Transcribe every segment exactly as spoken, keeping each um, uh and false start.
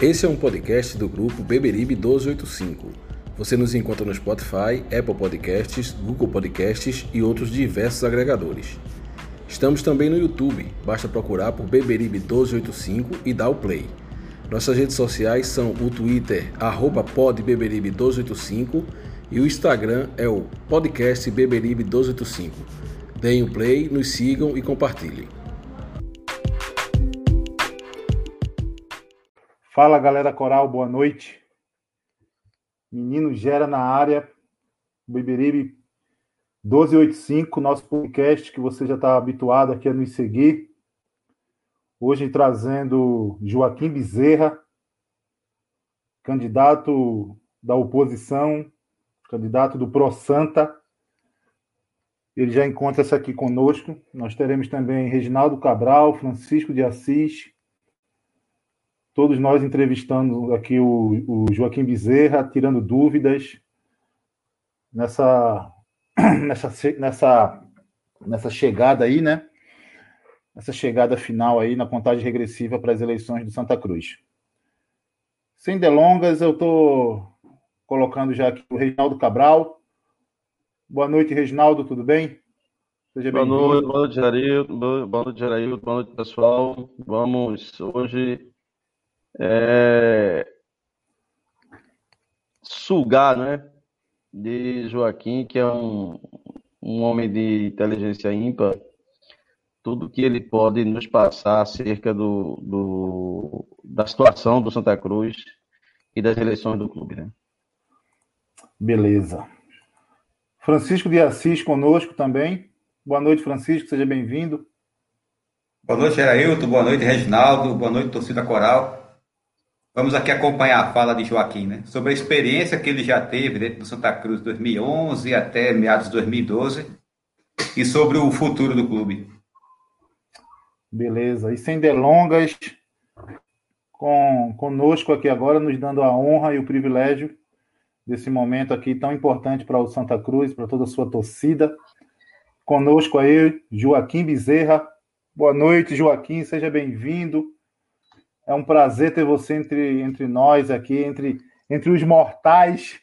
Esse é um podcast do grupo Beberibe mil duzentos e oitenta e cinco. Você nos encontra no Spotify, Apple Podcasts, Google Podcasts e outros diversos agregadores. Estamos também no YouTube, basta procurar por Beberibe mil duzentos e oitenta e cinco e dar o play. Nossas redes sociais são o Twitter, arroba podbeberibe mil duzentos e oitenta e cinco e o Instagram é o podcast Beberibe mil duzentos e oitenta e cinco. Deem o play, nos sigam e compartilhem. Fala, galera coral, boa noite. Menino Gera na área, Beberibe mil duzentos e oitenta e cinco, nosso podcast que você já está habituado aqui a nos seguir. Hoje trazendo Joaquim Bezerra, candidato da oposição, candidato do ProSanta. Ele já encontra-se aqui conosco. Nós teremos também Reginaldo Cabral, Francisco de Assis, todos nós entrevistando aqui o, o Joaquim Bezerra, tirando dúvidas nessa, nessa, nessa, nessa chegada aí, né? Essa chegada final aí na contagem regressiva para as eleições do Santa Cruz. Sem delongas, eu estou colocando já aqui o Reginaldo Cabral. Boa noite, Reginaldo, tudo bem? Seja boa bem-vindo. Noite, boa noite, Jarailton, boa noite, Jarailton, boa noite, pessoal. Vamos hoje é, sugar, né, de Joaquim, que é um, um homem de inteligência ímpar, tudo que ele pode nos passar acerca do, do, da situação do Santa Cruz e das eleições do clube, né? Beleza. Francisco de Assis conosco também. Boa noite, Francisco, seja bem-vindo. Boa noite, Jarailton, boa noite, Reginaldo, boa noite, torcida coral. Vamos aqui acompanhar a fala de Joaquim, né? Sobre a experiência que ele já teve dentro do Santa Cruz de dois mil e onze até meados de dois mil e doze e sobre o futuro do clube. Beleza. E sem delongas, com, conosco aqui agora, nos dando a honra e o privilégio desse momento aqui tão importante para o Santa Cruz, para toda a sua torcida. Conosco aí, Joaquim Bezerra. Boa noite, Joaquim, seja bem-vindo. É um prazer ter você entre, entre nós aqui, entre, entre os mortais.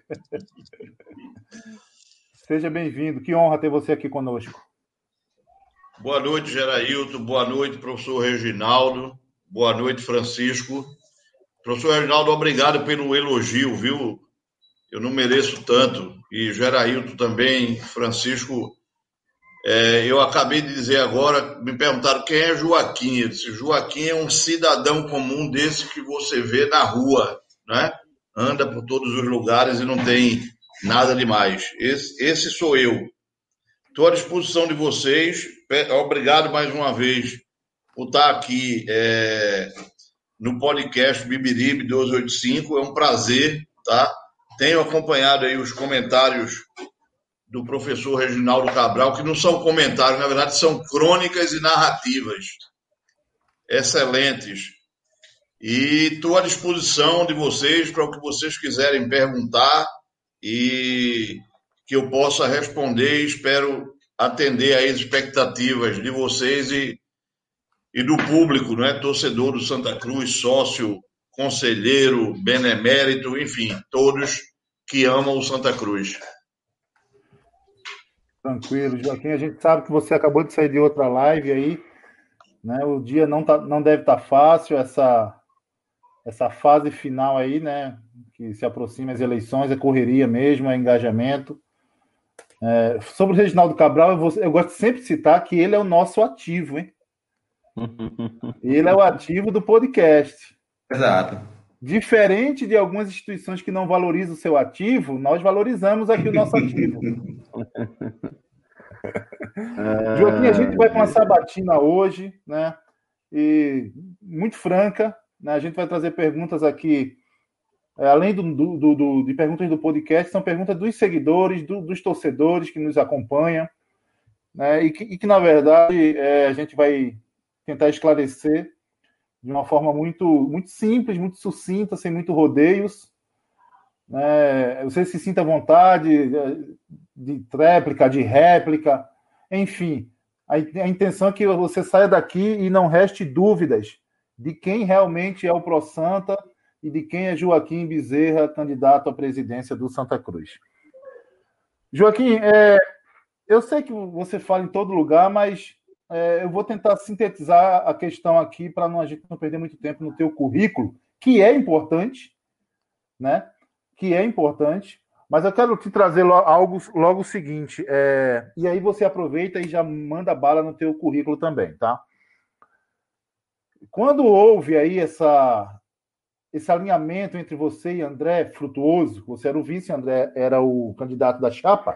Seja bem-vindo, que honra ter você aqui conosco. Boa noite, Jarailton, boa noite, professor Reginaldo, boa noite, Francisco. Professor Reginaldo, obrigado pelo elogio, viu? Eu não mereço tanto. E Jarailton também, Francisco. É, eu acabei de dizer agora, me perguntaram quem é Joaquim. Eu disse, Joaquim é um cidadão comum desse que você vê na rua, né? Anda por todos os lugares e não tem nada demais. Esse, esse sou eu. Estou à disposição de vocês. Obrigado mais uma vez por estar aqui é, no podcast Beberibe mil duzentos e oitenta e cinco. É um prazer, tá? Tenho acompanhado aí os comentários do professor Reginaldo Cabral, que não são comentários, na verdade são crônicas e narrativas excelentes. E estou à disposição de vocês para o que vocês quiserem perguntar e que eu possa responder e espero atender às expectativas de vocês e, e do público, né? Torcedor do Santa Cruz, sócio, conselheiro, benemérito, enfim, todos que amam o Santa Cruz. Tranquilo, Joaquim, a gente sabe que você acabou de sair de outra live aí, né? O dia não, tá, não deve estar tá fácil, essa, essa fase final aí, né? Que se aproxima as eleições, é correria mesmo, é engajamento. É, sobre o Reginaldo Cabral, eu, vou, eu gosto de sempre citar que ele é o nosso ativo, hein? Ele é o ativo do podcast. Exato. Diferente de algumas instituições que não valorizam o seu ativo, nós valorizamos aqui o nosso ativo. Joaquim, a gente vai com uma sabatina hoje, né? E muito franca, né? A gente vai trazer perguntas aqui, além do, do, do, de perguntas do podcast, são perguntas dos seguidores, do, dos torcedores que nos acompanham, né? E que, e que na verdade, é, a gente vai tentar esclarecer de uma forma muito, muito simples, muito sucinta, sem muito rodeios. Né? Você se sinta à vontade de tréplica, de réplica, enfim. A, a intenção é que você saia daqui e não reste dúvidas de quem realmente é o ProSanta e de quem é Joaquim Bezerra, candidato à presidência do Santa Cruz. Joaquim, é, eu sei que você fala em todo lugar, mas é, eu vou tentar sintetizar a questão aqui para a gente não perder muito tempo no teu currículo, que é importante, né? Que é importante, mas eu quero te trazer algo logo o seguinte, é, e aí você aproveita e já manda bala no teu currículo também, tá? Quando houve aí essa, esse alinhamento entre você e André Frutuoso, você era o vice, André era o candidato da chapa,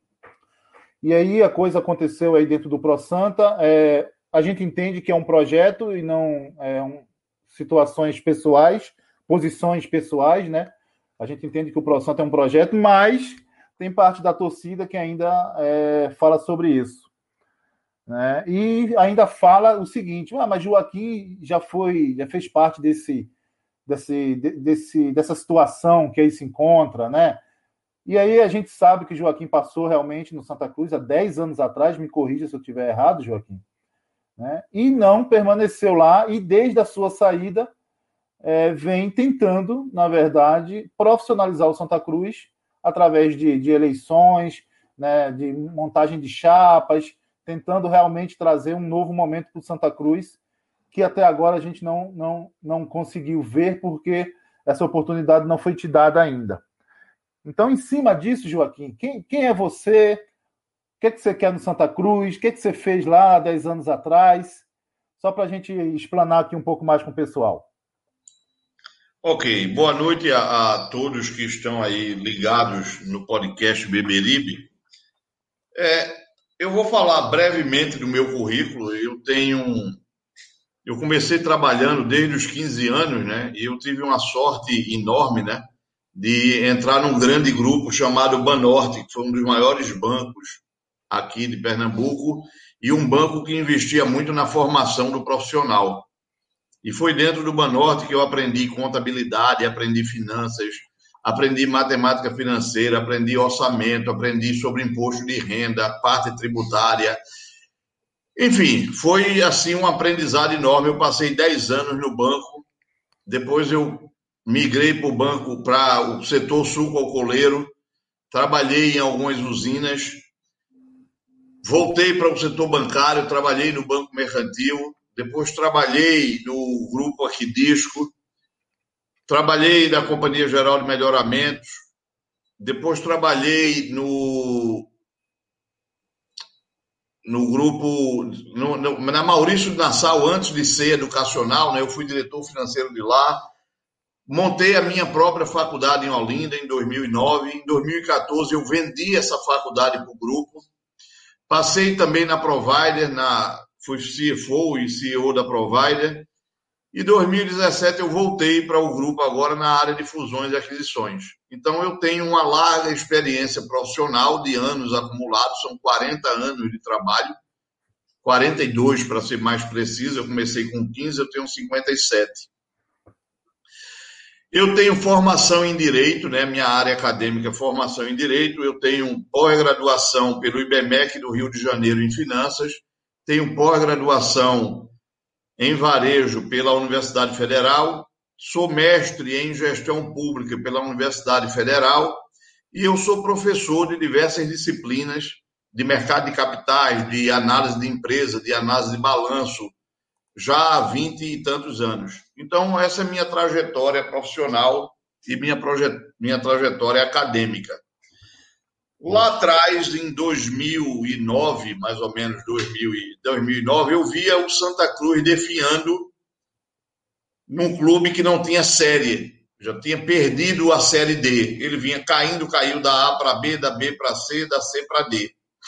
e aí a coisa aconteceu aí dentro do ProSanta, é, a gente entende que é um projeto e não é um, situações pessoais, posições pessoais, né? A gente entende que o ProSanta é um projeto, mas tem parte da torcida que ainda é, fala sobre isso. Né? E ainda fala o seguinte, ah, mas Joaquim já foi, já fez parte desse, desse, desse, dessa situação que aí se encontra, né? E aí a gente sabe que Joaquim passou realmente no Santa Cruz há dez anos atrás, me corrija se eu estiver errado, Joaquim, né? E não permaneceu lá, e desde a sua saída é, vem tentando, na verdade, profissionalizar o Santa Cruz através de, de eleições, né, de montagem de chapas, tentando realmente trazer um novo momento para o Santa Cruz, que até agora a gente não, não, não conseguiu ver, porque essa oportunidade não foi te dada ainda. Então, em cima disso, Joaquim, quem, quem é você? O que, é que você quer no Santa Cruz? O que, é que você fez lá dez anos atrás? Só para a gente explanar aqui um pouco mais com o pessoal. Ok, boa noite a, a todos que estão aí ligados no podcast Beberibe. É, eu vou falar brevemente do meu currículo. Eu tenho, eu comecei trabalhando desde os quinze anos, né? E eu tive uma sorte enorme, né? De entrar num grande grupo chamado Banorte, que foi um dos maiores bancos aqui de Pernambuco e um banco que investia muito na formação do profissional. E foi dentro do Banorte que eu aprendi contabilidade, aprendi finanças, aprendi matemática financeira, aprendi orçamento, aprendi sobre imposto de renda, parte tributária. Enfim, foi assim um aprendizado enorme. Eu passei dez anos no banco, depois eu migrei para o banco, para o setor suco-alcooleiro, trabalhei em algumas usinas, voltei para o setor bancário, trabalhei no Banco Mercantil, depois trabalhei no Grupo Aquidisco, trabalhei na Companhia Geral de Melhoramentos, depois trabalhei no, no grupo, no, no, na Maurício de Nassau, antes de ser educacional, né, eu fui diretor financeiro de lá, montei a minha própria faculdade em Olinda em dois mil e nove, em dois mil e quatorze eu vendi essa faculdade para o grupo, passei também na Provider, na, fui C F O e C E O da Provider, e em dois mil e dezessete eu voltei para o grupo agora na área de fusões e aquisições. Então eu tenho uma larga experiência profissional de anos acumulados, são quarenta anos de trabalho, quarenta e dois para ser mais preciso, eu comecei com quinze, eu tenho cinquenta e sete. Eu tenho formação em Direito, né? Minha área acadêmica é formação em Direito, eu tenho pós-graduação pelo I B M E C do Rio de Janeiro em Finanças, tenho pós-graduação em Varejo pela Universidade Federal, sou mestre em Gestão Pública pela Universidade Federal e eu sou professor de diversas disciplinas de mercado de capitais, de análise de empresa, de análise de balanço, já há vinte e tantos anos. Então, essa é a minha trajetória profissional e minha, proje... minha trajetória acadêmica. Lá atrás, em dois mil e nove, mais ou menos dois mil e nove, eu via o Santa Cruz definhando num clube que não tinha série, já tinha perdido a Série D. Ele vinha caindo, caiu da A para B, da B para C, da C para D.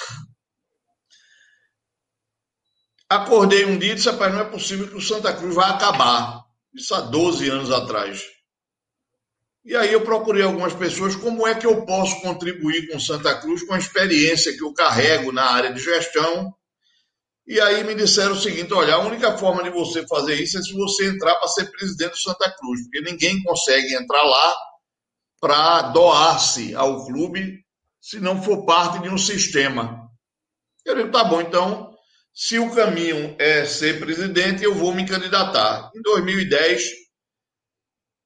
Acordei um dia e disse, rapaz, não é possível que o Santa Cruz vai acabar. Isso há doze anos atrás. E aí eu procurei algumas pessoas, como é que eu posso contribuir com o Santa Cruz com a experiência que eu carrego na área de gestão. E aí me disseram o seguinte, olha, a única forma de você fazer isso é se você entrar para ser presidente do Santa Cruz, porque ninguém consegue entrar lá para doar-se ao clube se não for parte de um sistema. Eu digo, tá bom, então... Se o caminho é ser presidente, eu vou me candidatar. Em dois mil e dez,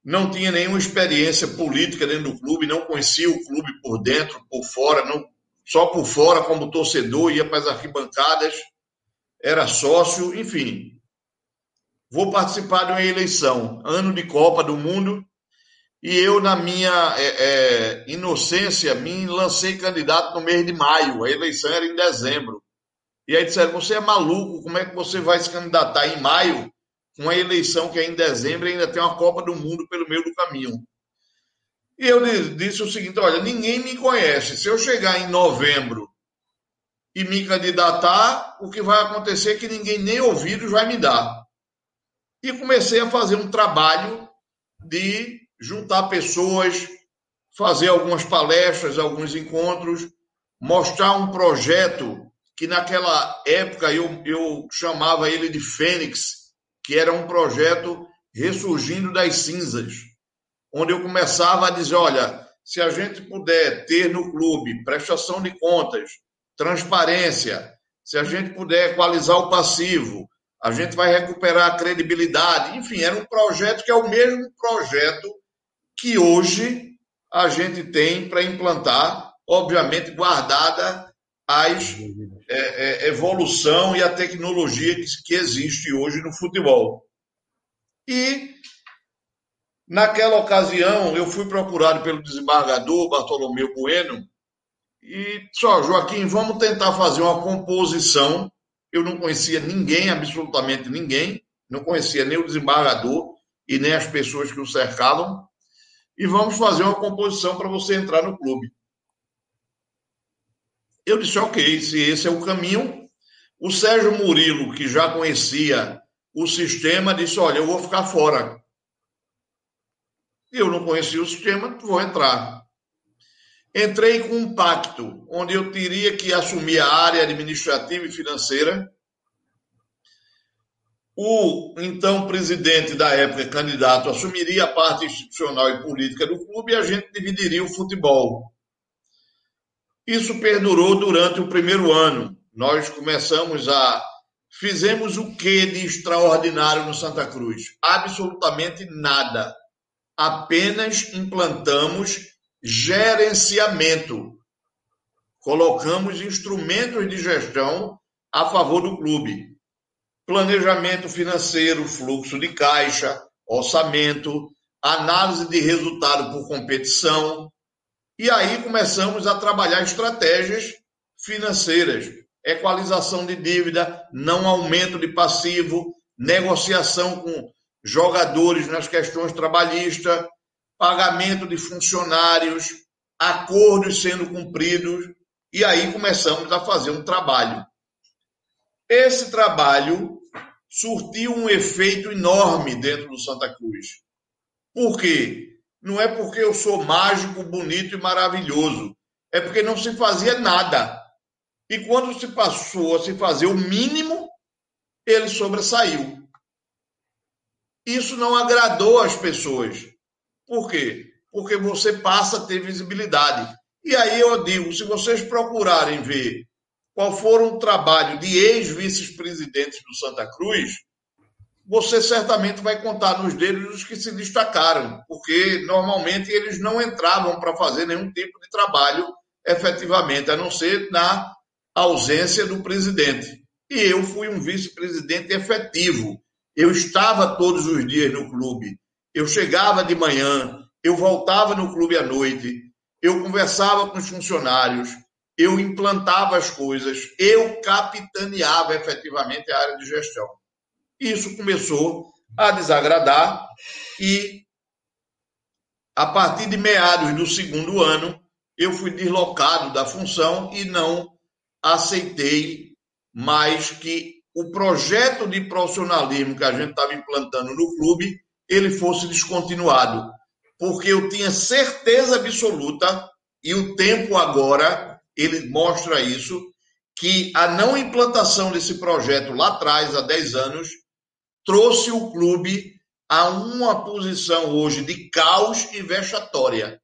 não tinha nenhuma experiência política dentro do clube, não conhecia o clube por dentro, por fora, não, só por fora como torcedor, ia para as arquibancadas, era sócio, enfim. Vou participar de uma eleição, ano de Copa do Mundo, e eu, na minha é, é, inocência, me lancei candidato no mês de maio, a eleição era em dezembro. E aí disseram, você é maluco, como é que você vai se candidatar em maio, com uma eleição que é em dezembro e ainda tem uma Copa do Mundo pelo meio do caminho? E eu disse o seguinte, olha, ninguém me conhece, se eu chegar em novembro e me candidatar, o que vai acontecer é que ninguém nem ouvidos vai me dar. E comecei a fazer um trabalho de juntar pessoas, fazer algumas palestras, alguns encontros, mostrar um projeto que naquela época eu, eu chamava ele de Fênix, que era um projeto ressurgindo das cinzas, onde eu começava a dizer, olha, se a gente puder ter no clube prestação de contas, transparência, se a gente puder equalizar o passivo, a gente vai recuperar a credibilidade. Enfim, era um projeto que é o mesmo projeto que hoje a gente tem para implantar, obviamente guardada as é, é, evolução e a tecnologia que, que existe hoje no futebol. E, naquela ocasião, eu fui procurado pelo desembargador Bartolomeu Bueno e só, Joaquim, vamos tentar fazer uma composição. Eu não conhecia ninguém, absolutamente ninguém, não conhecia nem o desembargador e nem as pessoas que o cercavam, e vamos fazer uma composição para você entrar no clube. Eu disse, ok, se esse é o caminho. O Sérgio Murilo, que já conhecia o sistema, disse, olha, eu vou ficar fora. Eu não conhecia o sistema, vou entrar. Entrei com um pacto, onde eu teria que assumir a área administrativa e financeira. O então presidente da época, candidato, assumiria a parte institucional e política do clube e a gente dividiria o futebol. Isso perdurou durante o primeiro ano. Nós começamos a... Fizemos o que de extraordinário no Santa Cruz? Absolutamente nada. Apenas implantamos gerenciamento. Colocamos instrumentos de gestão a favor do clube. Planejamento financeiro, fluxo de caixa, orçamento, análise de resultado por competição. E aí começamos a trabalhar estratégias financeiras, equalização de dívida, não aumento de passivo, negociação com jogadores nas questões trabalhistas, pagamento de funcionários, acordos sendo cumpridos, e aí começamos a fazer um trabalho. Esse trabalho surtiu um efeito enorme dentro do Santa Cruz. Por quê? Não é porque eu sou mágico, bonito e maravilhoso. É porque não se fazia nada. E quando se passou a se fazer o mínimo, ele sobressaiu. Isso não agradou as pessoas. Por quê? Porque você passa a ter visibilidade. E aí eu digo, se vocês procurarem ver qual for o trabalho de ex-vice-presidentes do Santa Cruz, você certamente vai contar nos dedos os que se destacaram, porque normalmente eles não entravam para fazer nenhum tipo de trabalho efetivamente, a não ser na ausência do presidente. E eu fui um vice-presidente efetivo. Eu estava todos os dias no clube. Eu chegava de manhã, eu voltava no clube à noite, eu conversava com os funcionários, eu implantava as coisas, eu capitaneava efetivamente a área de gestão. Isso começou a desagradar e, a partir de meados do segundo ano, eu fui deslocado da função e não aceitei mais que o projeto de profissionalismo que a gente estava implantando no clube, ele fosse descontinuado. Porque eu tinha certeza absoluta, e o tempo agora, ele mostra isso, que a não implantação desse projeto lá atrás, há dez anos, trouxe o clube a uma posição hoje de caos e vexatória.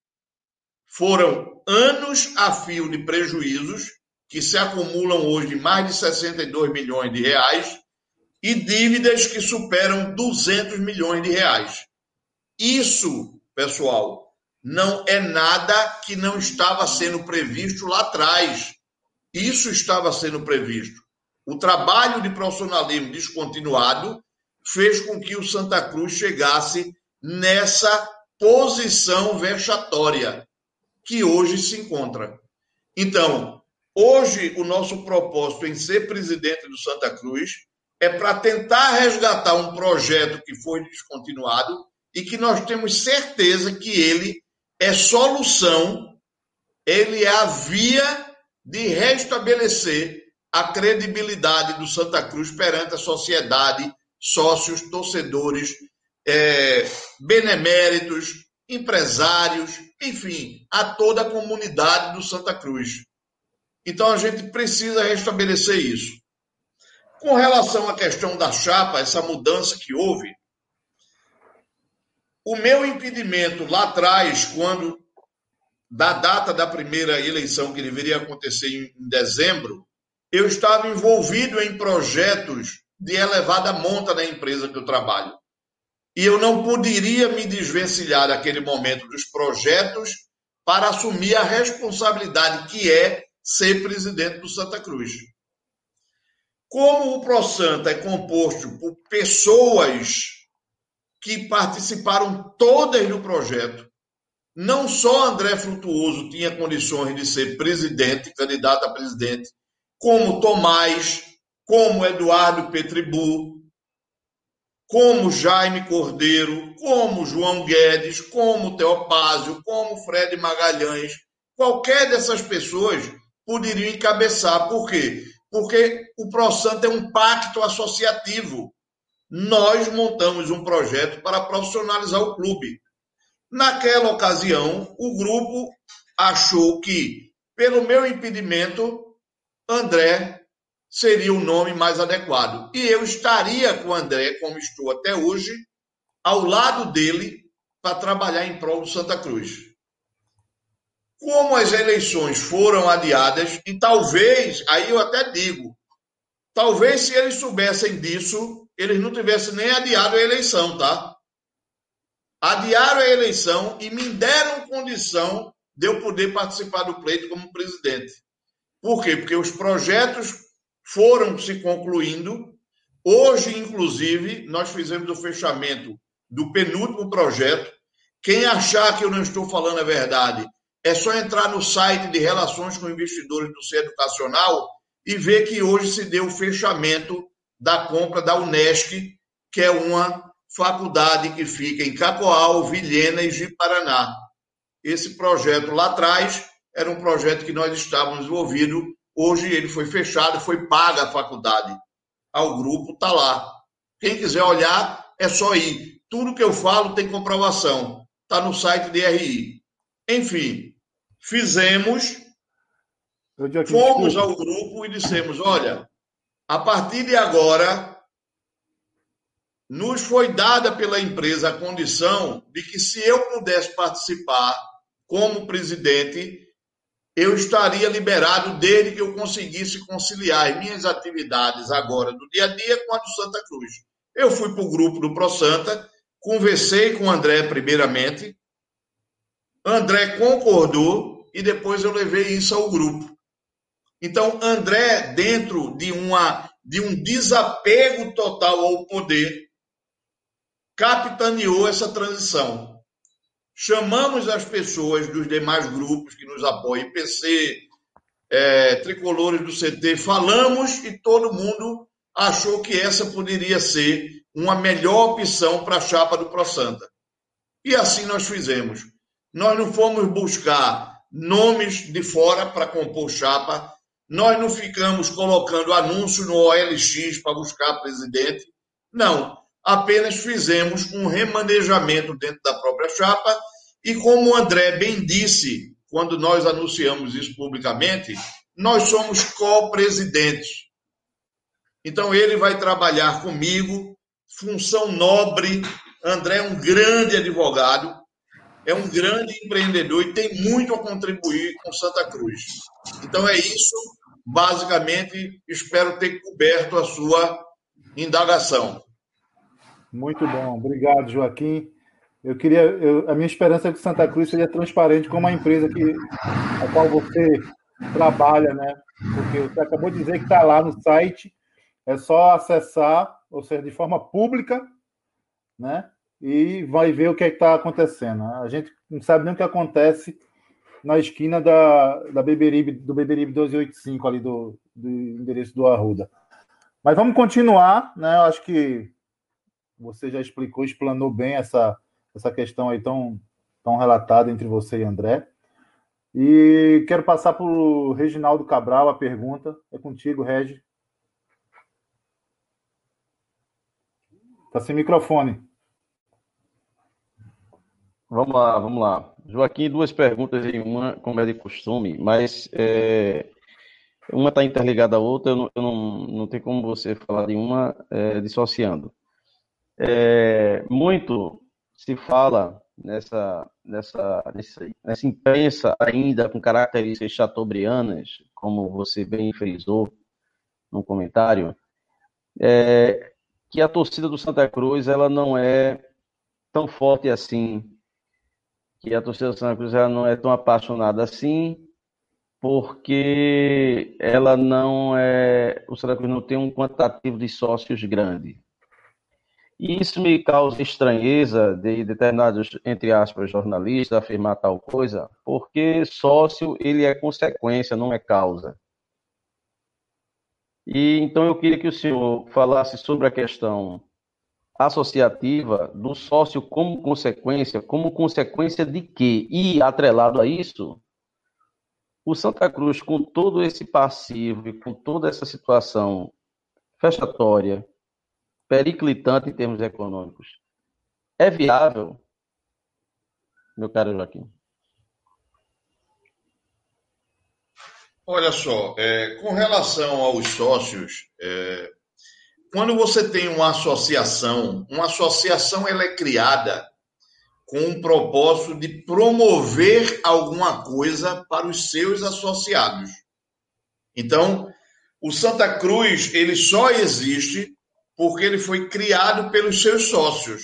Foram anos a fio de prejuízos, que se acumulam hoje em mais de sessenta e dois milhões de reais, e dívidas que superam duzentos milhões de reais. Isso, pessoal, não é nada que não estava sendo previsto lá atrás. Isso estava sendo previsto. O trabalho de profissionalismo descontinuado fez com que o Santa Cruz chegasse nessa posição vexatória que hoje se encontra. Então, hoje o nosso propósito em ser presidente do Santa Cruz é para tentar resgatar um projeto que foi descontinuado e que nós temos certeza que ele é solução, ele é a via de restabelecer a credibilidade do Santa Cruz perante a sociedade, sócios, torcedores, é, beneméritos, empresários, enfim, a toda a comunidade do Santa Cruz. Então, a gente precisa restabelecer isso. Com relação à questão da chapa, essa mudança que houve, o meu impedimento lá atrás, quando da data da primeira eleição que deveria acontecer em dezembro, eu estava envolvido em projetos de elevada monta na empresa que eu trabalho. E eu não poderia me desvencilhar naquele momento dos projetos para assumir a responsabilidade que é ser presidente do Santa Cruz. Como o ProSanta é composto por pessoas que participaram todas do projeto, não só André Frutuoso tinha condições de ser presidente, candidato a presidente, como Tomás, como Eduardo Petribu, como Jaime Cordeiro, como João Guedes, como Teopásio, como Fred Magalhães. Qualquer dessas pessoas poderiam encabeçar. Por quê? Porque o ProSanta é um pacto associativo. Nós montamos um projeto para profissionalizar o clube. Naquela ocasião, o grupo achou que, pelo meu impedimento, André seria o nome mais adequado. E eu estaria com o André, como estou até hoje, ao lado dele, para trabalhar em prol do Santa Cruz. Como as eleições foram adiadas, e talvez, aí eu até digo, talvez se eles soubessem disso, eles não tivessem nem adiado a eleição, tá? Adiaram a eleição e me deram condição de eu poder participar do pleito como presidente. Por quê? Porque os projetos foram se concluindo. Hoje, inclusive, nós fizemos o fechamento do penúltimo projeto. Quem achar que eu não estou falando a verdade, é só entrar no site de Relações com Investidores do Centro Educacional e ver que hoje se deu o fechamento da compra da Unesc, que é uma faculdade que fica em Cacoal, Vilhena e Ji-Paraná. Esse projeto lá atrás era um projeto que nós estávamos envolvidos. Hoje ele foi fechado, foi paga a faculdade. O grupo está lá. Quem quiser olhar, é só ir. Tudo que eu falo tem comprovação. Está no site de R I. Enfim, fizemos, fomos ao grupo e dissemos, olha, a partir de agora, nos foi dada pela empresa a condição de que se eu pudesse participar como presidente, eu estaria liberado desde que eu conseguisse conciliar as minhas atividades agora do dia a dia com a do Santa Cruz. Eu fui para o grupo do ProSanta, conversei com o André primeiramente, André concordou e depois eu levei isso ao grupo. Então, André, dentro de, uma, de um desapego total ao poder, capitaneou essa transição. Chamamos as pessoas dos demais grupos que nos apoiam, I P C, é, Tricolores do C T, falamos e todo mundo achou que essa poderia ser uma melhor opção para a chapa do ProSanta. E assim nós fizemos. Nós não fomos buscar nomes de fora para compor chapa, nós não ficamos colocando anúncio no O L X para buscar presidente, não. Apenas fizemos um remanejamento dentro da própria chapa e, como o André bem disse, quando nós anunciamos isso publicamente, nós somos co-presidentes. Então, ele vai trabalhar comigo, função nobre. André é um grande advogado, é um grande empreendedor e tem muito a contribuir com Santa Cruz. Então, é isso. Basicamente, espero ter coberto a sua indagação. Muito bom. Obrigado, Joaquim. Eu queria, eu, a minha esperança é que o Santa Cruz seja transparente como a empresa que, a qual você trabalha, né? Porque você acabou de dizer que está lá no site, é só acessar, ou seja, de forma pública, né? E vai ver o que é está acontecendo. A gente não sabe nem o que acontece na esquina da, da Beberibe, do Beberibe doze oitenta e cinco, ali do, do endereço do Arruda. Mas vamos continuar, né? Eu acho que você já explicou, explanou bem essa, essa questão aí tão, tão relatada entre você e André. E quero passar para o Reginaldo Cabral a pergunta. É contigo, Regi. Está sem microfone. Vamos lá, vamos lá. Joaquim, duas perguntas em uma, como é de costume, mas é, uma está interligada à outra, eu não, eu não, não tem como você falar de uma é, dissociando. É, muito se fala nessa, nessa, nessa, nessa imprensa ainda com características chateaubrianas, como você bem frisou no comentário, é, que a torcida do Santa Cruz ela não é tão forte assim, que a torcida do Santa Cruz ela não é tão apaixonada assim, porque ela não é, o Santa Cruz não tem um quantitativo de sócios grande. E isso me causa estranheza de determinados, entre aspas, jornalistas afirmar tal coisa, porque sócio ele é consequência, não é causa. E então eu queria que o senhor falasse sobre a questão associativa do sócio como consequência, como consequência de quê? E, atrelado a isso, o Santa Cruz, com todo esse passivo e com toda essa situação fechatória, periclitante em termos econômicos, é viável, meu caro Joaquim? Olha só, é, com relação aos sócios, é, quando você tem uma associação, uma associação ela é criada com o propósito de promover alguma coisa para os seus associados. Então, o Santa Cruz ele só existe porque ele foi criado pelos seus sócios.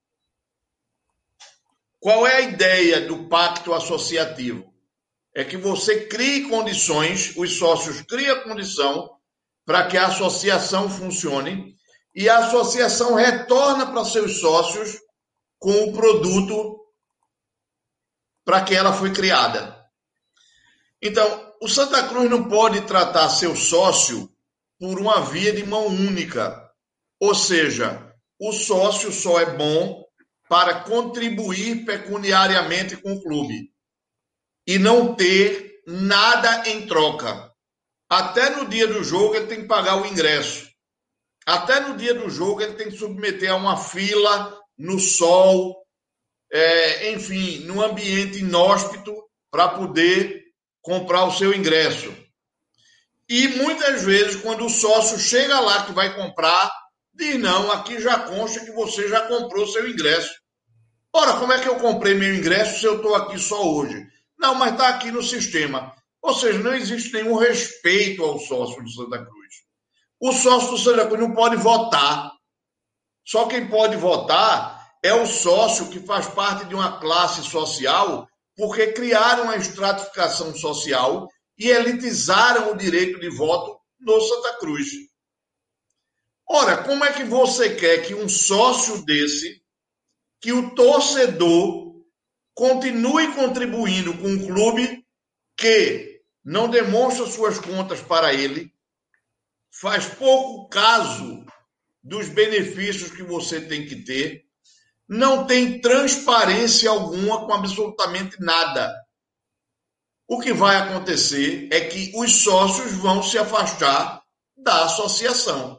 Qual é a ideia do pacto associativo? É que você crie condições, os sócios criam condição para que a associação funcione e a associação retorna para seus sócios com o produto para que ela foi criada. Então, o Santa Cruz não pode tratar seu sócio por uma via de mão única. Ou seja, o sócio só é bom para contribuir pecuniariamente com o clube e não ter nada em troca. Até no dia do jogo ele tem que pagar o ingresso. Até no dia do jogo ele tem que submeter a uma fila no sol, é, enfim, num ambiente inóspito para poder comprar o seu ingresso. E muitas vezes, quando o sócio chega lá que vai comprar, diz, não, aqui já consta que você já comprou seu ingresso. Ora, como é que eu comprei meu ingresso se eu estou aqui só hoje? Não, mas está aqui no sistema. Ou seja, não existe nenhum respeito ao sócio do Santa Cruz. O sócio do Santa Cruz não pode votar. Só quem pode votar é o sócio que faz parte de uma classe social porque criaram uma estratificação social e elitizaram o direito de voto no Santa Cruz. Ora, como é que você quer que um sócio desse, que o torcedor continue contribuindo com um clube que não demonstra suas contas para ele, faz pouco caso dos benefícios que você tem que ter, não tem transparência alguma com absolutamente nada. O que vai acontecer é que os sócios vão se afastar da associação.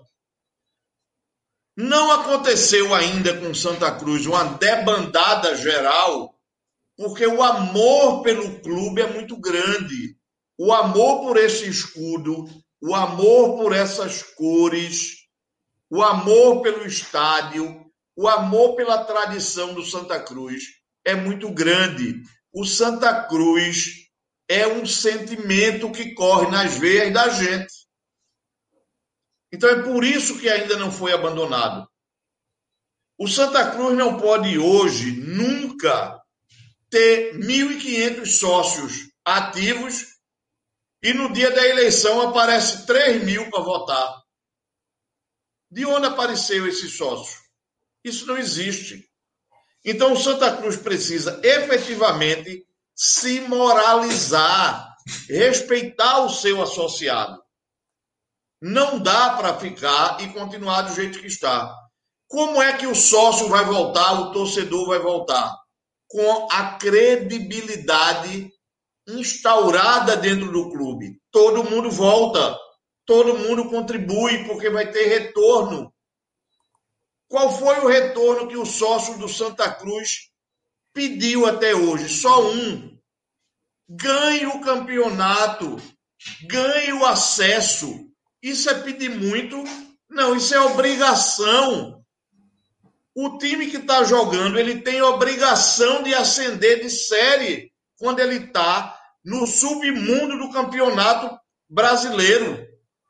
Não aconteceu ainda com Santa Cruz uma debandada geral, porque o amor pelo clube é muito grande. O amor por esse escudo, o amor por essas cores, o amor pelo estádio, o amor pela tradição do Santa Cruz é muito grande. O Santa Cruz é um sentimento que corre nas veias da gente. Então é por isso que ainda não foi abandonado. O Santa Cruz não pode hoje, nunca, ter mil e quinhentos sócios ativos e no dia da eleição aparece três mil para votar. De onde apareceu esse sócio? Isso não existe. Então, o Santa Cruz precisa efetivamente se moralizar, respeitar o seu associado. Não dá para ficar e continuar do jeito que está. Como é que o sócio vai voltar, o torcedor vai voltar? Com a credibilidade instaurada dentro do clube. Todo mundo volta, todo mundo contribui, porque vai ter retorno. Qual foi o retorno que o sócio do Santa Cruz pediu até hoje? Só um. Ganhe o campeonato, ganhe o acesso. Isso é pedir muito? Não, isso é obrigação. O time que está jogando, ele tem obrigação de ascender de série quando ele está no submundo do campeonato brasileiro.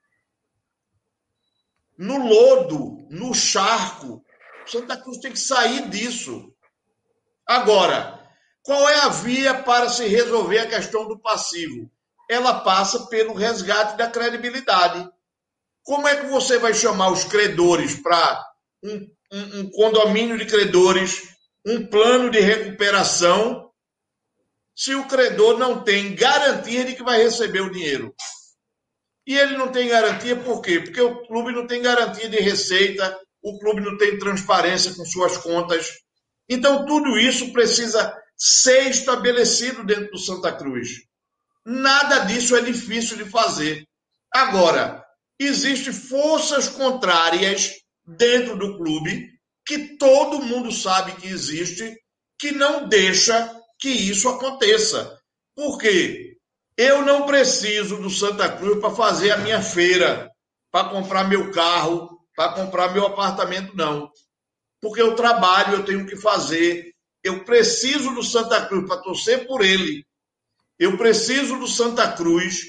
No lodo, no charco. O Santa Cruz tem que sair disso. Agora, qual é a via para se resolver a questão do passivo? Ela passa pelo resgate da credibilidade. Como é que você vai chamar os credores para um, um, um condomínio de credores, um plano de recuperação, se o credor não tem garantia de que vai receber o dinheiro? E ele não tem garantia por quê? Porque o clube não tem garantia de receita, o clube não tem transparência com suas contas. Então, tudo isso precisa ser estabelecido dentro do Santa Cruz. Nada disso é difícil de fazer. Agora, existem forças contrárias dentro do clube que todo mundo sabe que existe, que não deixa que isso aconteça. Por quê? Eu não preciso do Santa Cruz para fazer a minha feira, para comprar meu carro, para comprar meu apartamento, não. Porque eu trabalho, eu tenho que fazer. Eu preciso do Santa Cruz para torcer por ele. Eu preciso do Santa Cruz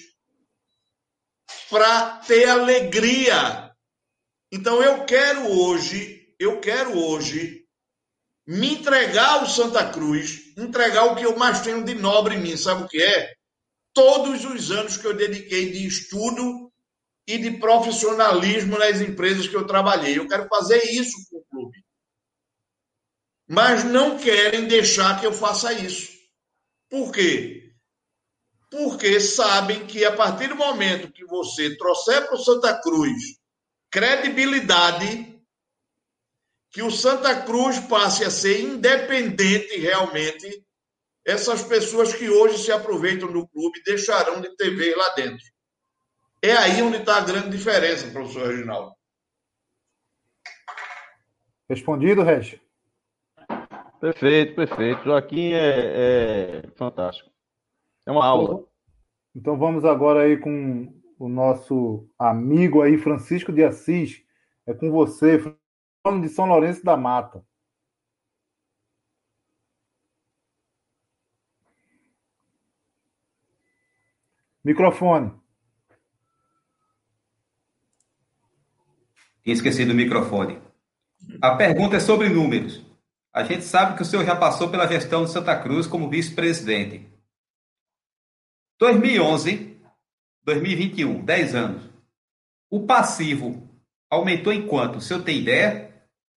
para ter alegria. Então eu quero hoje, eu quero hoje me entregar ao Santa Cruz, entregar o que eu mais tenho de nobre em mim, sabe o que é? Todos os anos que eu dediquei de estudo e de profissionalismo nas empresas que eu trabalhei. Eu quero fazer isso com o clube. Mas não querem deixar que eu faça isso. Por quê? Porque sabem que a partir do momento que você trouxer para o Santa Cruz credibilidade, que o Santa Cruz passe a ser independente realmente, essas pessoas que hoje se aproveitam do clube deixarão de ter vez lá dentro. É aí onde está a grande diferença, professor Reginaldo. Respondido, Regi? Perfeito, perfeito. Joaquim é, é fantástico. É uma aula. Então vamos agora aí com o nosso amigo aí, Francisco de Assis. É com você, falando de São Lourenço da Mata. Microfone. Tinha esquecido o microfone. A pergunta é sobre números. A gente sabe que o senhor já passou pela gestão de Santa Cruz como vice-presidente. dois mil e onze, dois mil e vinte e um, dez anos. O passivo aumentou em quanto? O senhor tem ideia?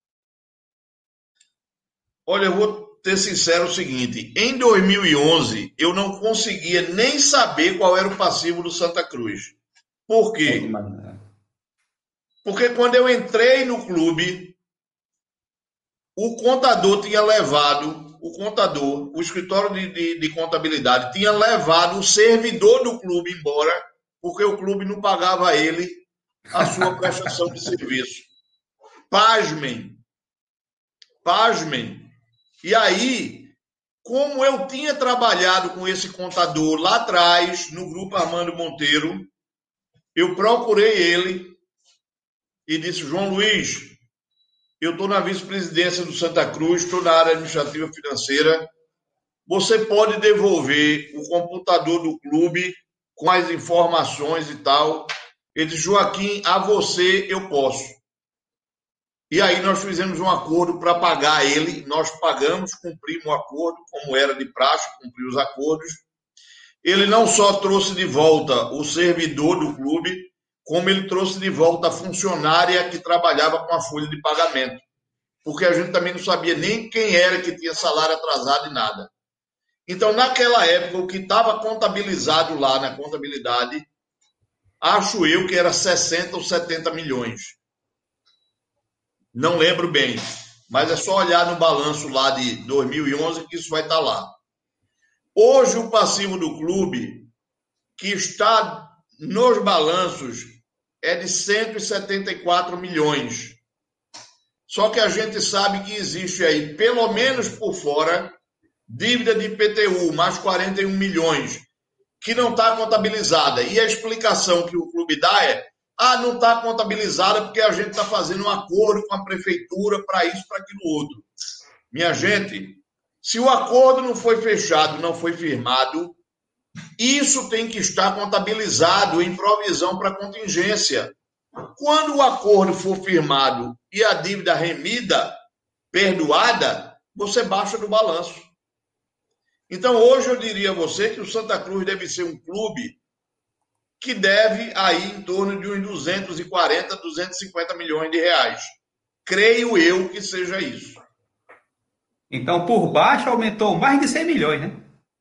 Olha, eu vou ter sincero o seguinte. Em dois mil e onze, eu não conseguia nem saber qual era o passivo do Santa Cruz. Por quê? Porque quando eu entrei no clube, o contador tinha levado, o contador, o escritório de, de, de contabilidade tinha levado o servidor do clube embora, porque o clube não pagava a ele a sua prestação de serviço. Pasmem. Pasmem. E aí, como eu tinha trabalhado com esse contador lá atrás, no Grupo Armando Monteiro, eu procurei ele e disse: João Luiz, eu estou na vice-presidência do Santa Cruz, estou na área administrativa financeira. Você pode devolver o computador do clube com as informações e tal? Ele disse: Joaquim, a você eu posso. E aí nós fizemos um acordo para pagar ele, nós pagamos, cumprimos o acordo, como era de praxe, cumprir os acordos. Ele não só trouxe de volta o servidor do clube, como ele trouxe de volta a funcionária que trabalhava com a folha de pagamento. Porque a gente também não sabia nem quem era que tinha salário atrasado e nada. Então, naquela época, o que estava contabilizado lá na contabilidade, acho eu que era sessenta ou setenta milhões. Não lembro bem, mas é só olhar no balanço lá de dois mil e onze que isso vai estar lá. Hoje, o passivo do clube, que está nos balanços, é de cento e setenta e quatro milhões. Só que a gente sabe que existe aí, pelo menos por fora, dívida de I P T U, mais quarenta e um milhões, que não está contabilizada. E a explicação que o clube dá é, ah, não está contabilizada porque a gente está fazendo um acordo com a prefeitura para isso, para aquilo outro. Minha gente, se o acordo não foi fechado, não foi firmado, isso tem que estar contabilizado em provisão para contingência. Quando o acordo for firmado e a dívida remida, perdoada, você baixa do balanço. Então, hoje eu diria a você que o Santa Cruz deve ser um clube que deve aí em torno de uns duzentos e quarenta, duzentos e cinquenta milhões de reais. Creio eu que seja isso. Então, por baixo, aumentou mais de cem milhões, né?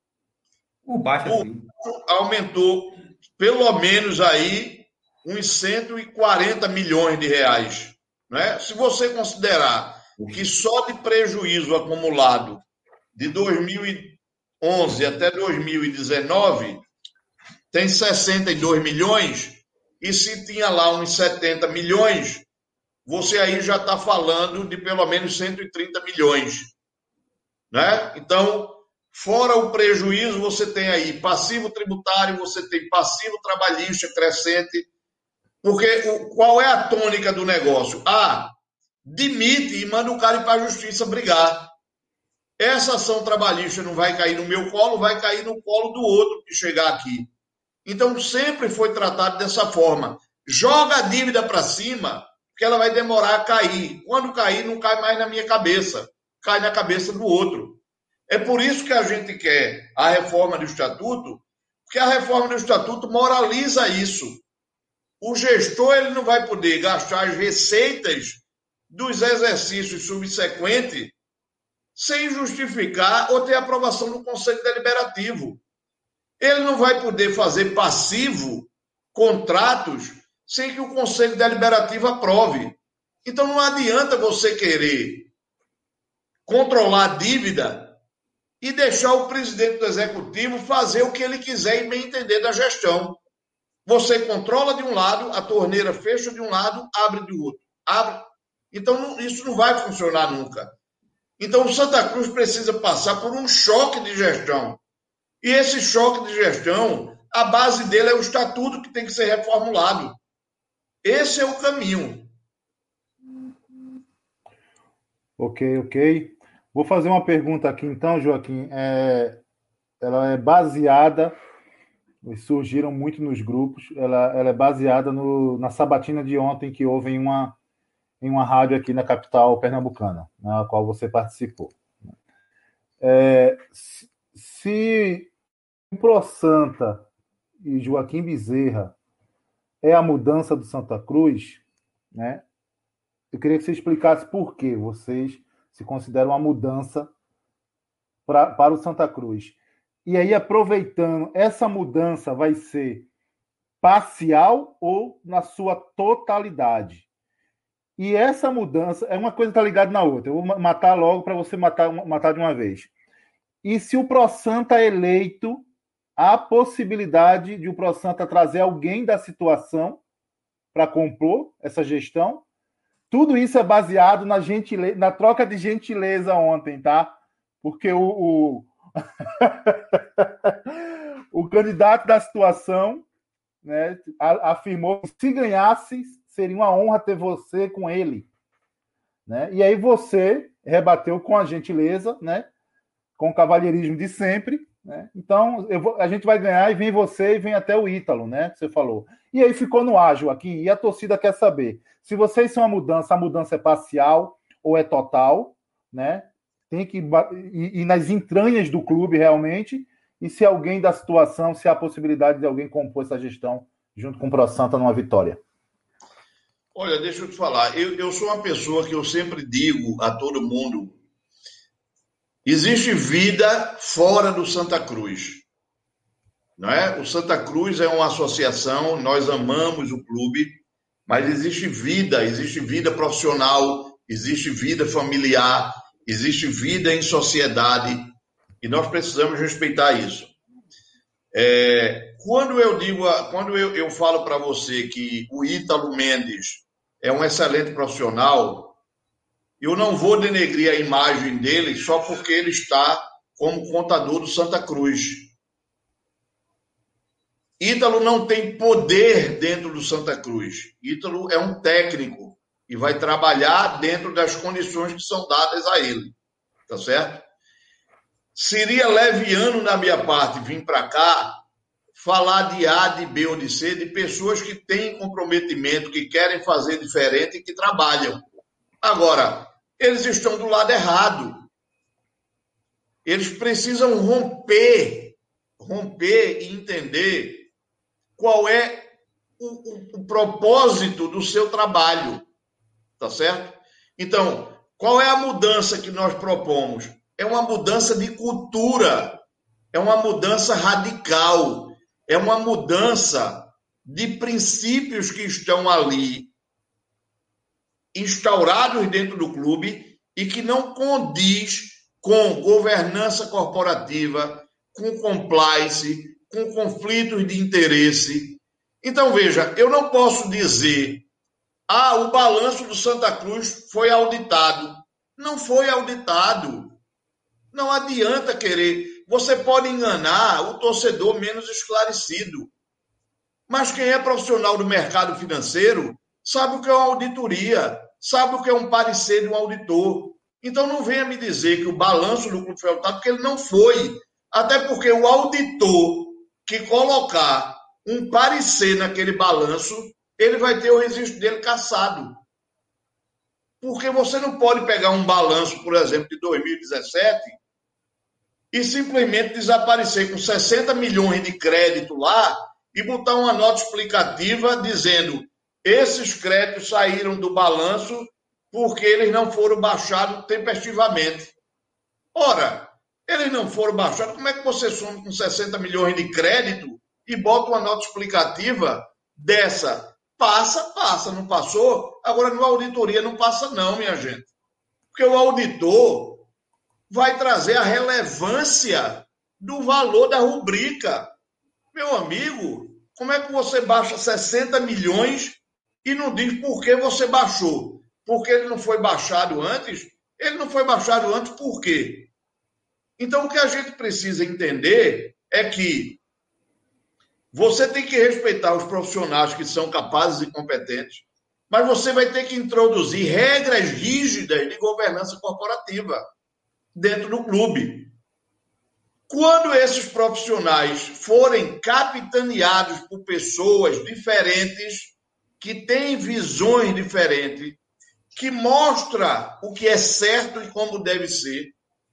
Por baixo, assim. Aumentou pelo menos aí uns cento e quarenta milhões de reais. Né? Se você considerar que só de prejuízo acumulado de dois mil e onze até dois mil e dezenove tem sessenta e dois milhões, e se tinha lá uns setenta milhões, você aí já está falando de pelo menos cento e trinta milhões. Né? Então, fora o prejuízo, você tem aí passivo tributário, você tem passivo trabalhista crescente, porque o, qual é a tônica do negócio? Ah, demite e manda o cara ir para a justiça brigar. Essa ação trabalhista não vai cair no meu colo, vai cair no colo do outro que chegar aqui. Então, sempre foi tratado dessa forma. Joga a dívida para cima, porque ela vai demorar a cair. Quando cair, não cai mais na minha cabeça, cai na cabeça do outro. É por isso que a gente quer a reforma do Estatuto, porque a reforma do Estatuto moraliza isso. O gestor ele não vai poder gastar as receitas dos exercícios subsequentes sem justificar ou ter aprovação do Conselho Deliberativo. Ele não vai poder fazer passivo contratos sem que o Conselho Deliberativo aprove. Então não adianta você querer controlar a dívida e deixar o presidente do Executivo fazer o que ele quiser e bem entender da gestão. Você controla de um lado, a torneira fecha de um lado, abre do outro. Abre. Então não, isso não vai funcionar nunca. Então o Santa Cruz precisa passar por um choque de gestão. E esse choque de gestão, a base dele é o estatuto que tem que ser reformulado. Esse é o caminho. Ok, ok. Vou fazer uma pergunta aqui então, Joaquim. É, ela é baseada, surgiram muito nos grupos, ela, ela é baseada no, na sabatina de ontem que houve em uma, em uma rádio aqui na capital pernambucana, na qual você participou. É, se, se o Pro Santa e Joaquim Bezerra é a mudança do Santa Cruz, né? Eu queria que você explicasse por que vocês se consideram uma mudança pra, para o Santa Cruz. E aí, aproveitando, essa mudança vai ser parcial ou na sua totalidade? E essa mudança, é uma coisa que está ligada na outra. Eu vou matar logo para você matar, matar de uma vez. E se o Pro Santa é eleito, há possibilidade de o Pro Santa trazer alguém da situação para compor essa gestão? Tudo isso é baseado na, gentileza, na troca de gentileza ontem, tá? Porque o, o, o candidato da situação, né, afirmou que se ganhasse, seria uma honra ter você com ele. Né? E aí você rebateu com a gentileza, né, com o cavalheirismo de sempre, Né? Então, eu vou, a gente vai ganhar e vem você e vem até o Ítalo, né? Que você falou. E aí ficou no ágil aqui, e a torcida quer saber se vocês são a mudança, a mudança é parcial ou é total, né? Tem que ir, ir nas entranhas do clube realmente, e se alguém da situação, se há a possibilidade de alguém compor essa gestão junto com o Pro Santa numa vitória. Olha, deixa eu te falar, eu, eu sou uma pessoa que eu sempre digo a todo mundo, existe vida fora do Santa Cruz, não é? O Santa Cruz é uma associação, nós amamos o clube, mas existe vida, existe vida profissional, existe vida familiar, existe vida em sociedade, e nós precisamos respeitar isso. É, quando eu digo, quando eu, eu falo para você que o Ítalo Mendes é um excelente profissional, eu não vou denegrir a imagem dele só porque ele está como contador do Santa Cruz. Ítalo não tem poder dentro do Santa Cruz. Ítalo é um técnico e vai trabalhar dentro das condições que são dadas a ele. Tá certo? Seria leviano da minha parte vir para cá falar de A, de B ou de C, de pessoas que têm comprometimento, que querem fazer diferente e que trabalham. Agora, eles estão do lado errado. Eles precisam romper, romper e entender qual é o, o, o propósito do seu trabalho. Tá certo? Então, qual é a mudança que nós propomos? É uma mudança de cultura, é uma mudança radical, é uma mudança de princípios que estão ali instaurados dentro do clube e que não condiz com governança corporativa, com compliance, com conflitos de interesse. Então, veja, eu não posso dizer, ah, o balanço do Santa Cruz foi auditado. Não foi auditado. Não adianta querer. Você pode enganar o torcedor menos esclarecido. Mas quem é profissional do mercado financeiro sabe o que é uma auditoria, sabe o que é um parecer de um auditor. Então não venha me dizer que o balanço do clube foi auditado, porque ele não foi. Até porque o auditor que colocar um parecer naquele balanço, ele vai ter o registro dele cassado. Porque você não pode pegar um balanço, por exemplo, de dois mil e dezessete e simplesmente desaparecer com sessenta milhões de crédito lá e botar uma nota explicativa dizendo esses créditos saíram do balanço porque eles não foram baixados tempestivamente. Ora, eles não foram baixados, como é que você soma com sessenta milhões de crédito e bota uma nota explicativa dessa? Passa, passa, não passou? Agora, na auditoria não passa não, minha gente. Porque o auditor vai trazer a relevância do valor da rubrica. Meu amigo, como é que você baixa sessenta milhões e não diz por que você baixou? Porque ele não foi baixado antes? Ele não foi baixado antes por quê? Então, o que a gente precisa entender é que você tem que respeitar os profissionais que são capazes e competentes, mas você vai ter que introduzir regras rígidas de governança corporativa dentro do clube. Quando esses profissionais forem capitaneados por pessoas diferentes, que têm visões diferentes, que mostram o que é certo e como deve ser,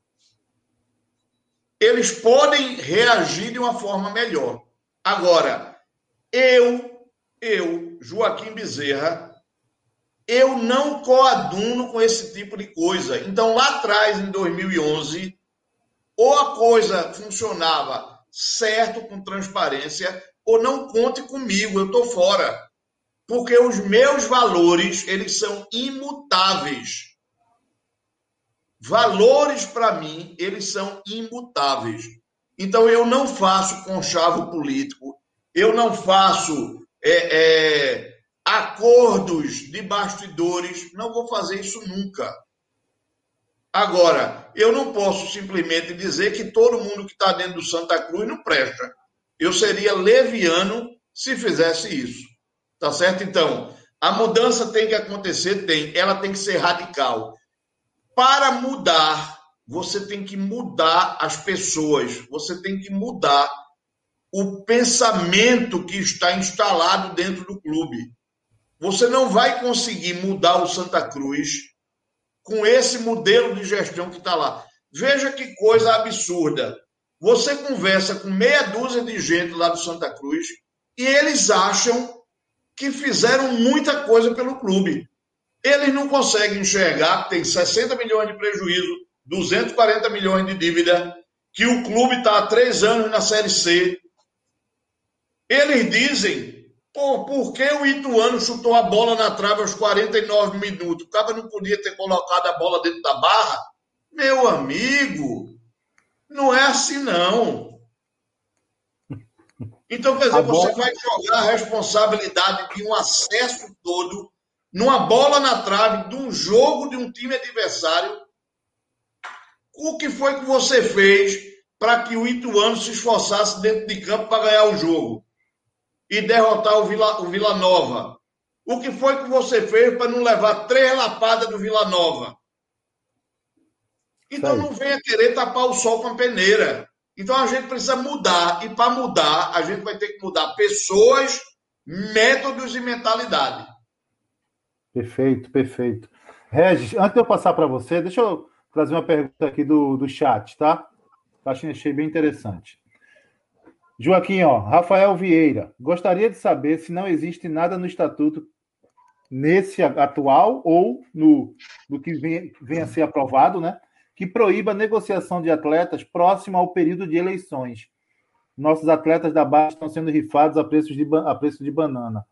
eles podem reagir de uma forma melhor. Agora, eu, eu, Joaquim Bezerra, eu não coaduno com esse tipo de coisa. Então, lá atrás, em dois mil e onze, ou a coisa funcionava certo, com transparência, ou não conte comigo, eu estou fora. Porque os meus valores, eles são imutáveis. Valores, para mim, eles são imutáveis. Então, eu não faço conchavo político, eu não faço é, é, acordos de bastidores, não vou fazer isso nunca. Agora, eu não posso simplesmente dizer que todo mundo que está dentro do Santa Cruz não presta. Eu seria leviano se fizesse isso. Tá certo? Então, a mudança tem que acontecer, tem. Ela tem que ser radical. Para mudar, você tem que mudar as pessoas, você tem que mudar o pensamento que está instalado dentro do clube. Você não vai conseguir mudar o Santa Cruz com esse modelo de gestão que está lá. Veja que coisa absurda. Você conversa com meia dúzia de gente lá do Santa Cruz e eles acham que fizeram muita coisa pelo clube. Eles não conseguem enxergar que tem sessenta milhões de prejuízo, duzentos e quarenta milhões de dívida, que o clube está há três anos na Série C. Eles dizem, pô, por que o Ituano chutou a bola na trave aos quarenta e nove minutos? O cara não podia ter colocado a bola dentro da barra? Meu amigo, não é assim não. Então, quer dizer, você vai jogar a responsabilidade de um acesso todo numa bola na trave de um jogo de um time adversário. O que foi que você fez para que o Ituano se esforçasse dentro de campo para ganhar o jogo e derrotar o Vila, o Vila Nova? O que foi que você fez para não levar três lapadas do Vila Nova? Então não venha querer tapar o sol com a peneira. Então a gente precisa mudar. E para mudar, a gente vai ter que mudar pessoas, métodos e mentalidade. Perfeito, perfeito. Regis, antes de eu passar para você, deixa eu trazer uma pergunta aqui do, do chat, tá? Achei, achei bem interessante. Joaquim, ó, Rafael Vieira, gostaria de saber se não existe nada no estatuto nesse atual ou no, no que vem, vem a ser aprovado, né? Que proíba a negociação de atletas próximo ao período de eleições. Nossos atletas da base estão sendo rifados a preço de, a preço de banana.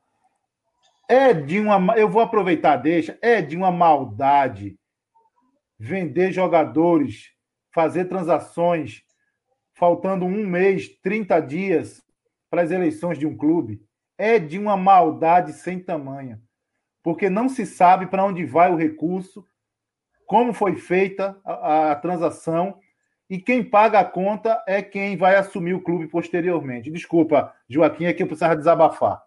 É de uma... Eu vou aproveitar, deixa. É de uma maldade vender jogadores, fazer transações, faltando um mês, trinta dias para as eleições de um clube. É de uma maldade sem tamanho. Porque não se sabe para onde vai o recurso, como foi feita a, a transação, e quem paga a conta é quem vai assumir o clube posteriormente. Desculpa, Joaquim, é que eu precisava desabafar.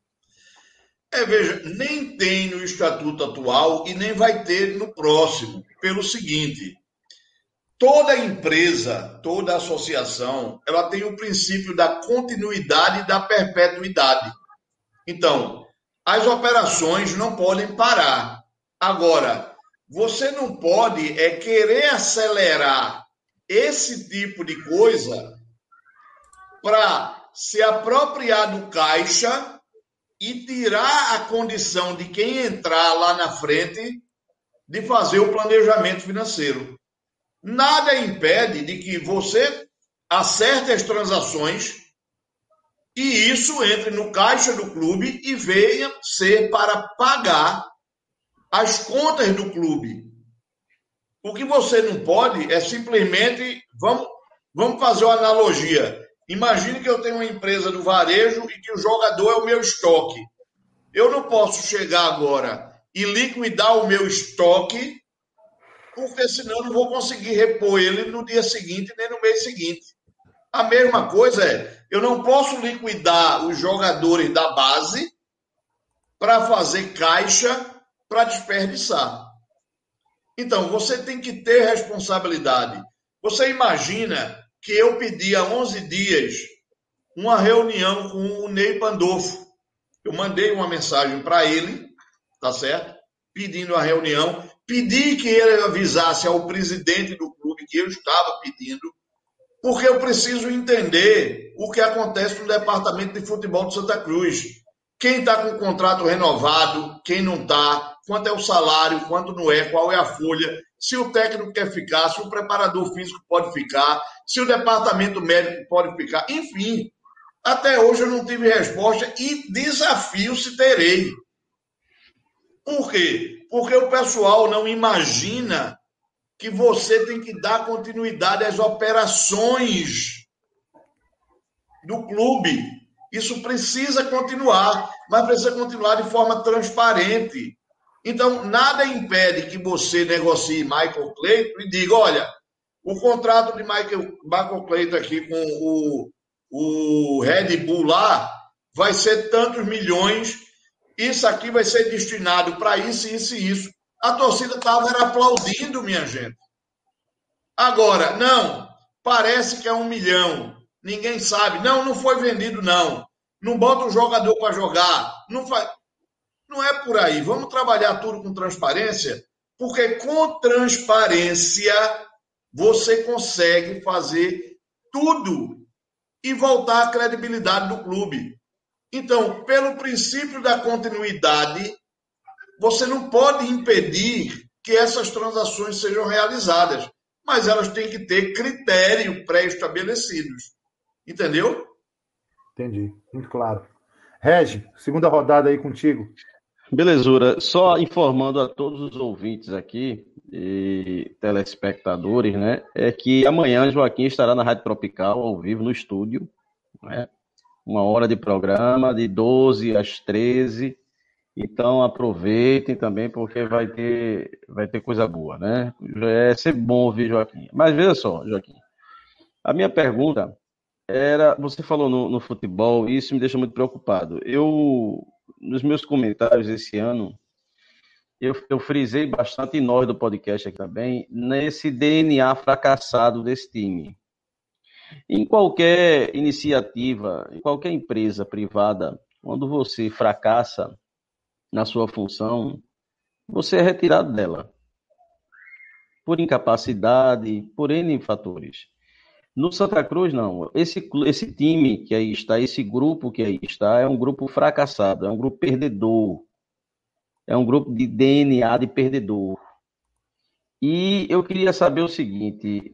É, veja, nem tem no estatuto atual e nem vai ter no próximo, pelo seguinte: toda empresa, toda associação, ela tem o princípio da continuidade e da perpetuidade. Então, as operações não podem parar. Agora, você não pode é querer acelerar esse tipo de coisa para se apropriar do caixa e tirar a condição de quem entrar lá na frente de fazer o planejamento financeiro. Nada impede de que você acerte as transações e isso entre no caixa do clube e venha ser para pagar as contas do clube. O que você não pode é simplesmente... Vamos, vamos fazer uma analogia. Imagine que eu tenho uma empresa do varejo e que o jogador é o meu estoque. Eu não posso chegar agora e liquidar o meu estoque, porque senão eu não vou conseguir repor ele no dia seguinte nem no mês seguinte. A mesma coisa é, eu não posso liquidar os jogadores da base para fazer caixa para desperdiçar. Então, você tem que ter responsabilidade. Você imagina que eu pedi há onze dias uma reunião com o Ney Pandolfo. Eu mandei uma mensagem para ele, tá certo? Pedindo a reunião. Pedi que ele avisasse ao presidente do clube que eu estava pedindo, porque eu preciso entender o que acontece no departamento de futebol de Santa Cruz. Quem está com o contrato renovado, quem não está, quanto é o salário, quanto não é, qual é a folha, se o técnico quer ficar, se o preparador físico pode ficar, se o departamento médico pode ficar, enfim. Até hoje eu não tive resposta e desafio se terei. Por quê? Porque o pessoal não imagina que você tem que dar continuidade às operações do clube. Isso precisa continuar, mas precisa continuar de forma transparente. Então, nada impede que você negocie Michael Clayton e diga, olha, o contrato de Michael, Michael Clayton aqui com o, o Red Bull lá vai ser tantos milhões, isso aqui vai ser destinado para isso, isso e isso. A torcida estava aplaudindo, minha gente. Agora, não, parece que é um milhão. Ninguém sabe. Não, não foi vendido, não. Não bota o jogador para jogar. Não faz... Não é por aí. Vamos trabalhar tudo com transparência, porque com transparência você consegue fazer tudo e voltar à credibilidade do clube. Então, pelo princípio da continuidade, você não pode impedir que essas transações sejam realizadas, mas elas têm que ter critérios pré-estabelecidos. Entendeu? Entendi, muito claro. Regi, segunda rodada aí contigo. Belezura, só informando a todos os ouvintes aqui e telespectadores, né, é que amanhã Joaquim estará na Rádio Tropical, ao vivo, no estúdio, né, uma hora de programa, de doze às treze, então aproveitem também, porque vai ter, vai ter coisa boa, né, é sempre bom ouvir Joaquim. Mas veja só, Joaquim, a minha pergunta era, você falou no, no futebol, e isso me deixa muito preocupado. Eu, nos meus comentários esse ano, eu, eu frisei bastante, e nós do podcast aqui também, nesse D N A fracassado desse time. Em qualquer iniciativa, em qualquer empresa privada, quando você fracassa na sua função, você é retirado dela. Por incapacidade, por N fatores. No Santa Cruz, não. Esse, esse time que aí está, esse grupo que aí está, é um grupo fracassado, é um grupo perdedor. É um grupo de D N A de perdedor. E eu queria saber o seguinte,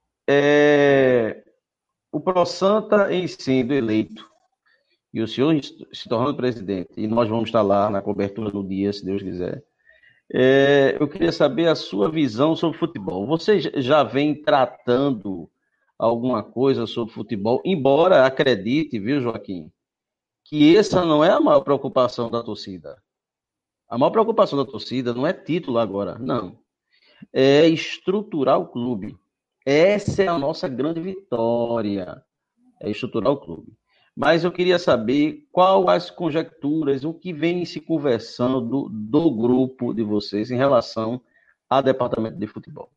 é, o Pro Santa em sendo eleito, e o senhor se tornando presidente, e nós vamos estar lá na cobertura no dia, se Deus quiser, é, eu queria saber a sua visão sobre futebol. Você já vem tratando alguma coisa sobre futebol, embora acredite, viu, Joaquim, que essa não é a maior preocupação da torcida. A maior preocupação da torcida não é título agora, não. É estruturar o clube. Essa é a nossa grande vitória. É estruturar o clube. Mas eu queria saber quais as conjecturas, o que vem se conversando do, do grupo de vocês em relação ao departamento de futebol.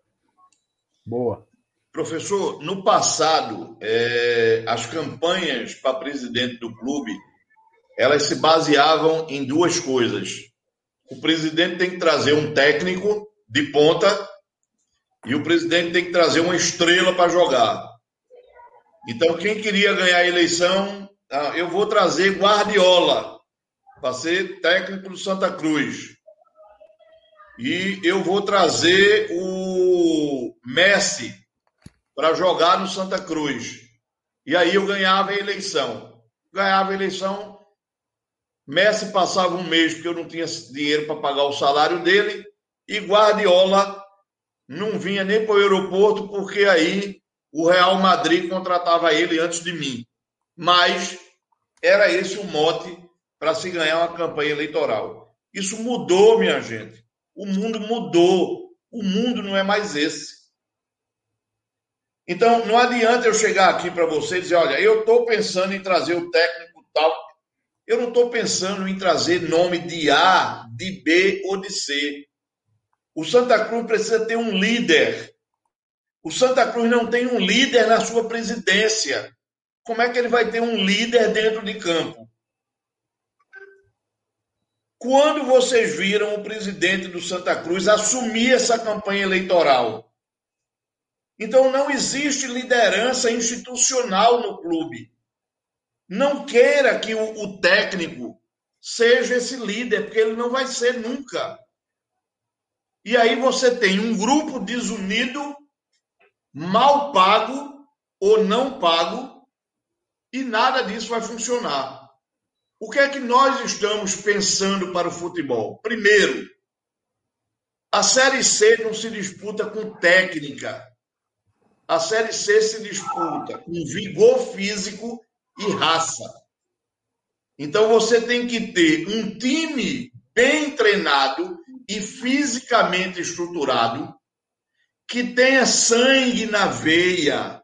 Boa. Professor, no passado, é, as campanhas para presidente do clube, elas se baseavam em duas coisas. O presidente tem que trazer um técnico de ponta e o presidente tem que trazer uma estrela para jogar. Então, quem queria ganhar a eleição, eu vou trazer Guardiola para ser técnico do Santa Cruz. E eu vou trazer o Messi para jogar no Santa Cruz. E aí eu ganhava a eleição. Ganhava a eleição, Messi passava um mês porque eu não tinha dinheiro para pagar o salário dele, e Guardiola não vinha nem para o aeroporto, porque aí o Real Madrid contratava ele antes de mim. Mas era esse o mote para se ganhar uma campanha eleitoral. Isso mudou, minha gente. O mundo mudou. O mundo não é mais esse. Então, não adianta eu chegar aqui para você e dizer, olha, eu estou pensando em trazer o técnico tal. Eu não estou pensando em trazer nome de A, de B ou de C. O Santa Cruz precisa ter um líder. O Santa Cruz não tem um líder na sua presidência. Como é que ele vai ter um líder dentro de campo? Quando vocês viram o presidente do Santa Cruz assumir essa campanha eleitoral? Então não existe liderança institucional no clube. Não queira que o, o técnico seja esse líder, porque ele não vai ser nunca. E aí você tem um grupo desunido, mal pago ou não pago, e nada disso vai funcionar. O que é que nós estamos pensando para o futebol? Primeiro, a Série C não se disputa com técnica. A Série C se disputa com vigor físico e raça. Então você tem que ter um time bem treinado e fisicamente estruturado, que tenha sangue na veia,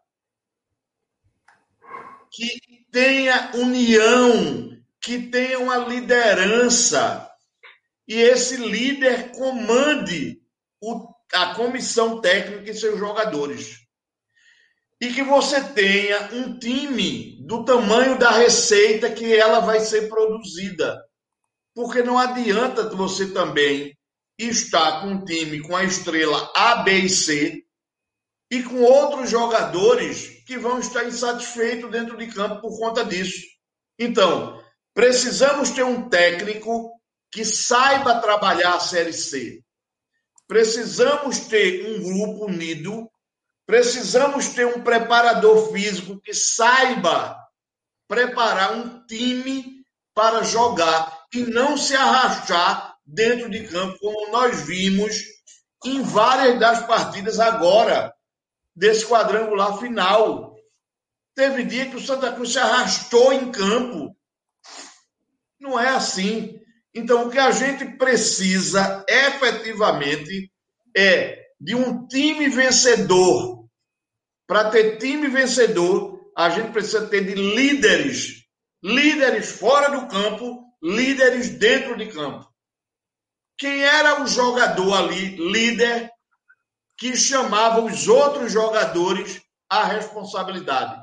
que tenha união, que tenha uma liderança, e esse líder comande o, a comissão técnica e seus jogadores. E que você tenha um time do tamanho da receita que ela vai ser produzida. Porque não adianta você também estar com um time com a estrela A, B e C e com outros jogadores que vão estar insatisfeitos dentro de campo por conta disso. Então, precisamos ter um técnico que saiba trabalhar a Série C. Precisamos ter um grupo unido. Precisamos ter um preparador físico que saiba preparar um time para jogar e não se arrastar dentro de campo, como nós vimos em várias das partidas agora, desse quadrangular final. Teve dia que o Santa Cruz se arrastou em campo. Não é assim. Então, o que a gente precisa efetivamente é de um time vencedor. Para ter time vencedor, a gente precisa ter de líderes. Líderes fora do campo, líderes dentro de campo. Quem era o jogador ali, líder, que chamava os outros jogadores à responsabilidade?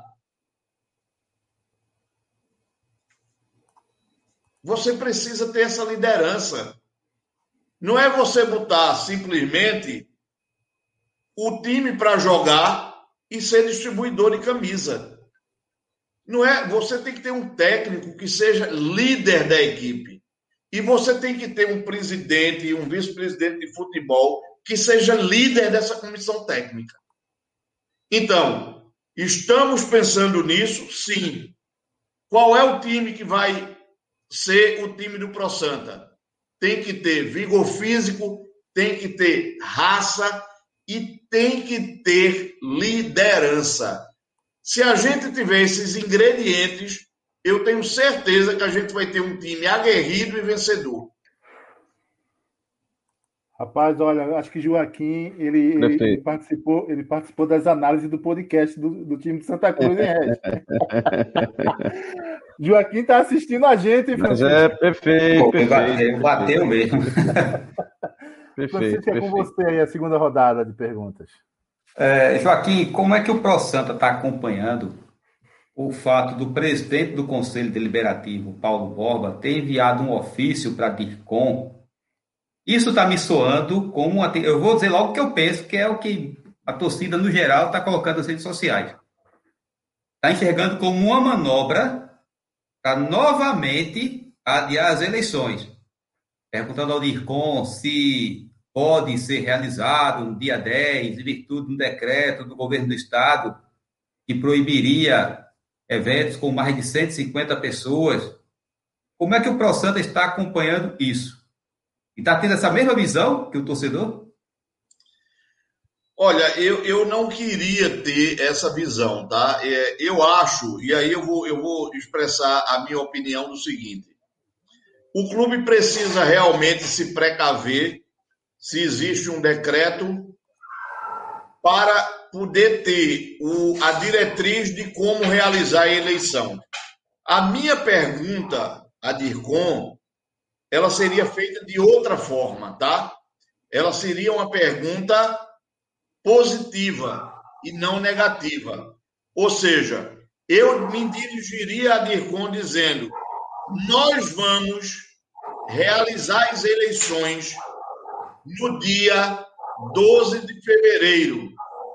Você precisa ter essa liderança. Não é você botar simplesmente o time para jogar e ser distribuidor de camisa. Não é, você tem que ter um técnico que seja líder da equipe. E você tem que ter um presidente e um vice-presidente de futebol que seja líder dessa comissão técnica. Então, estamos pensando nisso? Sim. Qual é o time que vai ser o time do ProSanta? Tem que ter vigor físico, tem que ter raça e tem que ter liderança. Se a gente tiver esses ingredientes, eu tenho certeza que a gente vai ter um time aguerrido e vencedor. Rapaz, olha, acho que Joaquim, ele, ele, ele, participou, ele participou das análises do podcast do, do time de Santa Cruz, hein, Red? Joaquim está assistindo a gente, Francisco. Mas é perfeito, Pô, perfeito. Bateu, bateu mesmo. Perfeito, Francisco, é com você aí a segunda rodada de perguntas. É, Joaquim, como é que o ProSanta está acompanhando o fato do presidente do Conselho Deliberativo, Paulo Borba, ter enviado um ofício para a DIRCOM? Isso está me soando como uma... Eu vou dizer logo o que eu penso, que é o que a torcida, no geral, está colocando nas redes sociais. Está enxergando como uma manobra para novamente adiar as eleições. Perguntando ao DIRCOM se pode ser realizado no dia dez, em virtude de um decreto do governo do Estado que proibiria eventos com mais de cento e cinquenta pessoas. Como é que o ProSanta está acompanhando isso? E está tendo essa mesma visão que o torcedor? Olha, eu, eu não queria ter essa visão, tá? É, eu acho, e aí eu vou, eu vou expressar a minha opinião no seguinte. O clube precisa realmente se precaver se existe um decreto para poder ter o, a diretriz de como realizar a eleição. A minha pergunta à DIRCOM, ela seria feita de outra forma, tá? Ela seria uma pergunta positiva e não negativa. Ou seja, eu me dirigiria à DIRCOM dizendo: nós vamos realizar as eleições no dia doze de fevereiro.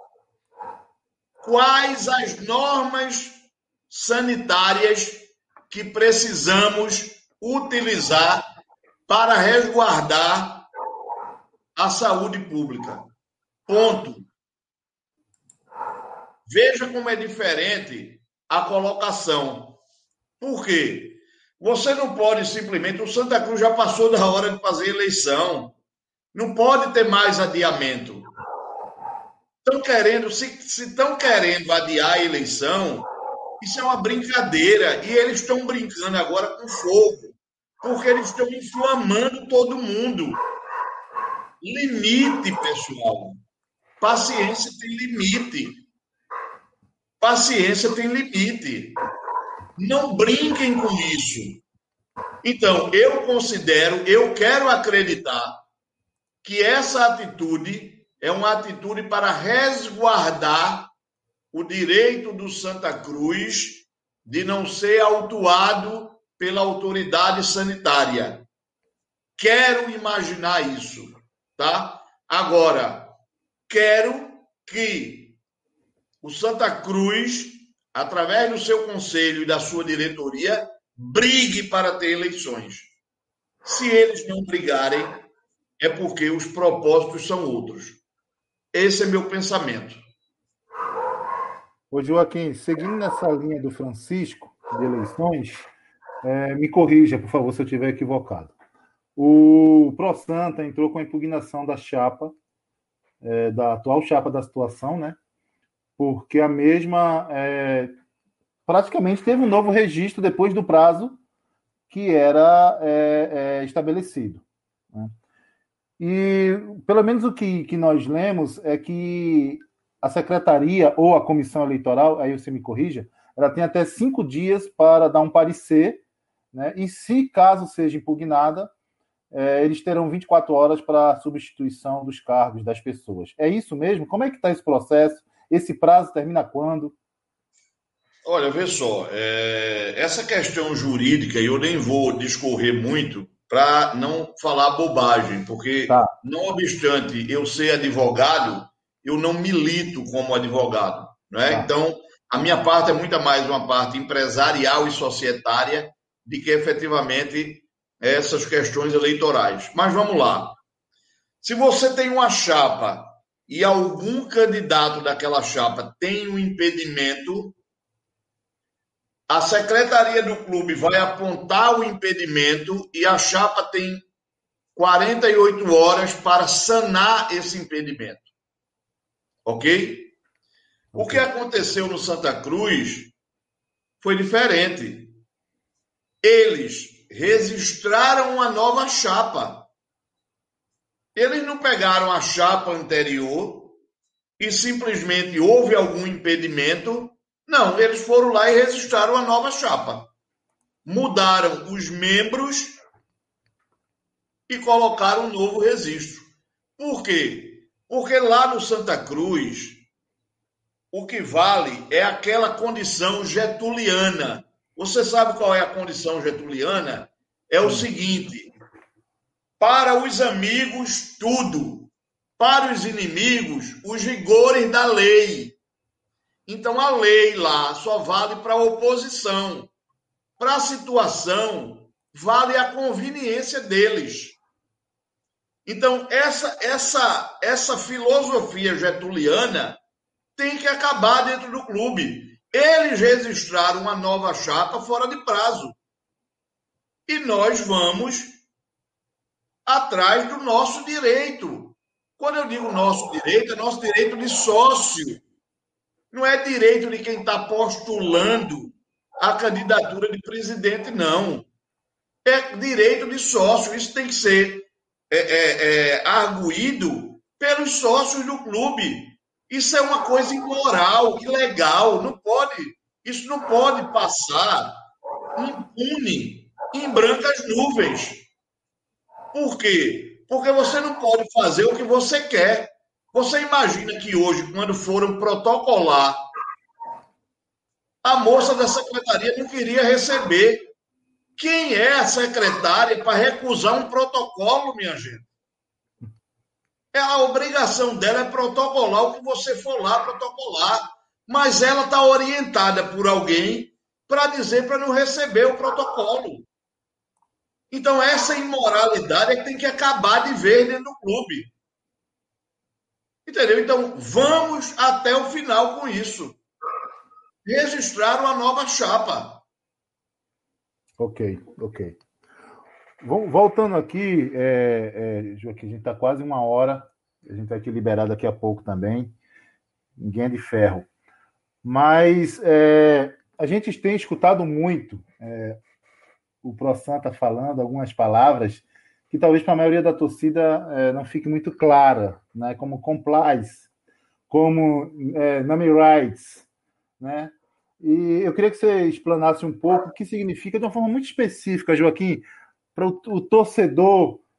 Quais as normas sanitárias que precisamos utilizar para resguardar a saúde pública? Ponto. Veja como é diferente a colocação. Por quê? Você não pode simplesmente... O Santa Cruz já passou da hora de fazer eleição. Não pode ter mais adiamento. Estão querendo, se, se estão querendo adiar a eleição, isso é uma brincadeira. E eles estão brincando agora com fogo, porque eles estão inflamando todo mundo. Limite, pessoal. Paciência tem limite. Paciência tem limite. Não brinquem com isso. Então, eu considero, eu quero acreditar que essa atitude é uma atitude para resguardar o direito do Santa Cruz de não ser autuado pela autoridade sanitária. Quero imaginar isso, tá? Agora, quero que o Santa Cruz, através do seu conselho e da sua diretoria, brigue para ter eleições. Se eles não brigarem, é porque os propósitos são outros. Esse é meu pensamento. Ô, Joaquim, seguindo nessa linha do Francisco, de eleições, é, me corrija, por favor, se eu estiver equivocado. O ProSanta entrou com a impugnação da chapa, é, da atual chapa da situação, né? Porque a mesma é, praticamente teve um novo registro depois do prazo que era é, é, estabelecido, né? E, pelo menos o que, que nós lemos é que a secretaria ou a comissão eleitoral, aí você me corrija, ela tem até cinco dias para dar um parecer, né? E se caso seja impugnada, é, eles terão vinte e quatro horas para a substituição dos cargos das pessoas. É isso mesmo? Como é que está esse processo? Esse prazo termina quando? Olha, vê só, é, essa questão jurídica, eu nem vou discorrer muito para não falar bobagem, porque, Tá. não obstante eu ser advogado, eu não milito como advogado, né? Tá. Então, a minha parte é muito mais uma parte empresarial e societária do que efetivamente essas questões eleitorais. Mas vamos lá. Se você tem uma chapa e algum candidato daquela chapa tem um impedimento, a secretaria do clube vai apontar o impedimento e a chapa tem quarenta e oito horas para sanar esse impedimento. Ok? O que aconteceu no Santa Cruz foi diferente. Eles registraram uma nova chapa. Eles não pegaram a chapa anterior e simplesmente houve algum impedimento. Não, eles foram lá e registraram a nova chapa. Mudaram os membros e colocaram um novo registro. Por quê? Porque lá no Santa Cruz, o que vale é aquela condição getuliana. Você sabe qual é a condição getuliana? É o seguinte: para os amigos, tudo. Para os inimigos, os rigores da lei. Então, a lei lá só vale para a oposição. Para a situação, vale a conveniência deles. Então, essa, essa, essa filosofia getuliana tem que acabar dentro do clube. Eles registraram uma nova chapa fora de prazo. E nós vamos atrás do nosso direito. Quando eu digo nosso direito, é nosso direito de sócio. Não é direito de quem está postulando a candidatura de presidente, não. É direito de sócio. Isso tem que ser é, é, é, arguído pelos sócios do clube. Isso é uma coisa imoral, ilegal. Não pode, isso não pode passar impune em brancas nuvens. Por quê? Porque você não pode fazer o que você quer. Você imagina que hoje, quando foram protocolar, a moça da secretaria não queria receber. Quem é a secretária para recusar um protocolo, minha gente? É a obrigação dela é protocolar o que você for lá protocolar. Mas ela está orientada por alguém para dizer para não receber o protocolo. Então, essa imoralidade é que tem que acabar de ver dentro do clube. Entendeu? Então, vamos até o final com isso. Registrar uma nova chapa. Ok, ok. Voltando aqui, é, é, Joaquim, a gente está quase uma hora. A gente vai te liberar daqui a pouco também. Ninguém é de ferro. Mas é, a gente tem escutado muito é, o ProSanta falando algumas palavras que talvez para a maioria da torcida é, não fique muito clara, né? Como compliance, como é, name rights, né? E eu queria que você explanasse um pouco o que significa de uma forma muito específica, Joaquim, para o, o torcedor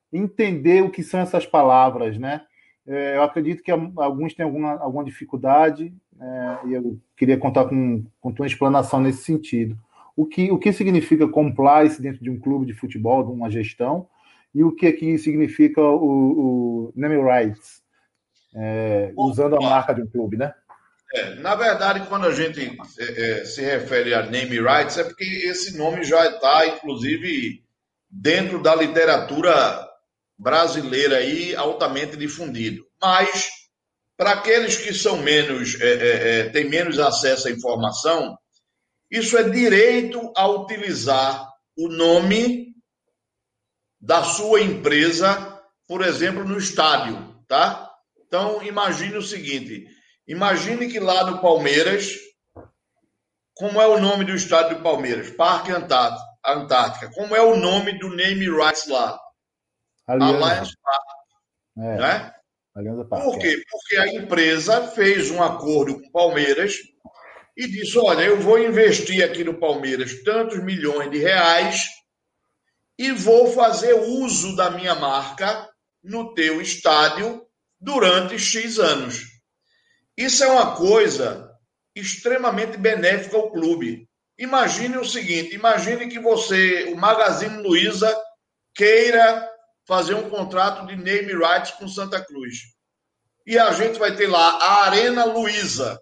entender o que são essas palavras, né? É, eu acredito que alguns têm alguma, alguma dificuldade, é, e eu queria contar com, com tua explanação nesse sentido. O que, o que significa compliance dentro de um clube de futebol, de uma gestão, e o que aqui significa o, o name rights, é, usando a marca de um clube, né? É, na verdade, quando a gente é, é, se refere a name rights, é porque esse nome já está, inclusive, dentro da literatura brasileira aí, altamente difundido. Mas, para aqueles que são menos, é, é, é, têm menos acesso à informação, isso é direito a utilizar o nome da sua empresa, por exemplo, no estádio, tá? Então, imagine o seguinte, imagine que lá no Palmeiras, como é o nome do estádio do Palmeiras? Parque Antártica. Como é o nome do name rights lá? Allianz Parque. É, né? Por quê? Porque a empresa fez um acordo com o Palmeiras e disse, olha, eu vou investir aqui no Palmeiras tantos milhões de reais e vou fazer uso da minha marca no teu estádio durante X anos. Isso é uma coisa extremamente benéfica ao clube. Imagine o seguinte, imagine que você, o Magazine Luiza, queira fazer um contrato de name rights com Santa Cruz. E a gente vai ter lá a Arena Luiza.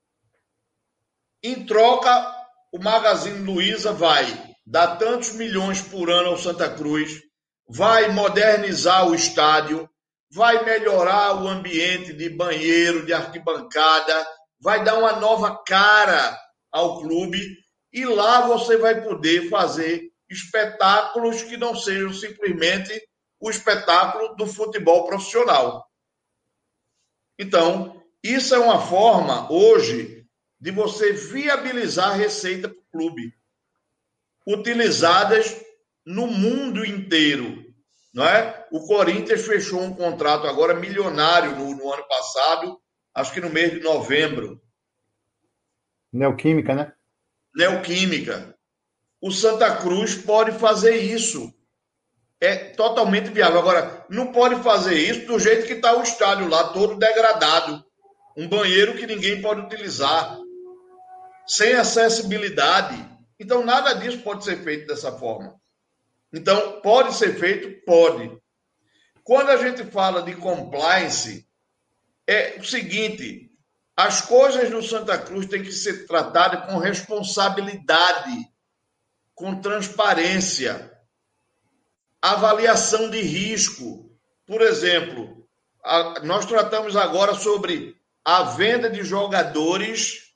Em troca, o Magazine Luiza vai dar tantos milhões por ano ao Santa Cruz, vai modernizar o estádio, vai melhorar o ambiente de banheiro, de arquibancada, vai dar uma nova cara ao clube e lá você vai poder fazer espetáculos que não sejam simplesmente o espetáculo do futebol profissional. Então, isso é uma forma, hoje, de você viabilizar a receita para o clube, utilizadas no mundo inteiro. Não é? O Corinthians fechou um contrato agora milionário no, no ano passado, acho que no mês de novembro. Neoquímica, né? Neoquímica. O Santa Cruz pode fazer isso. É totalmente viável. Agora, não pode fazer isso do jeito que está o estádio lá, todo degradado. Um banheiro que ninguém pode utilizar. Sem acessibilidade. Então, nada disso pode ser feito dessa forma. Então, pode ser feito? Pode. Quando a gente fala de compliance, é o seguinte, as coisas no Santa Cruz têm que ser tratadas com responsabilidade, com transparência, avaliação de risco. Por exemplo, a, nós tratamos agora sobre a venda de jogadores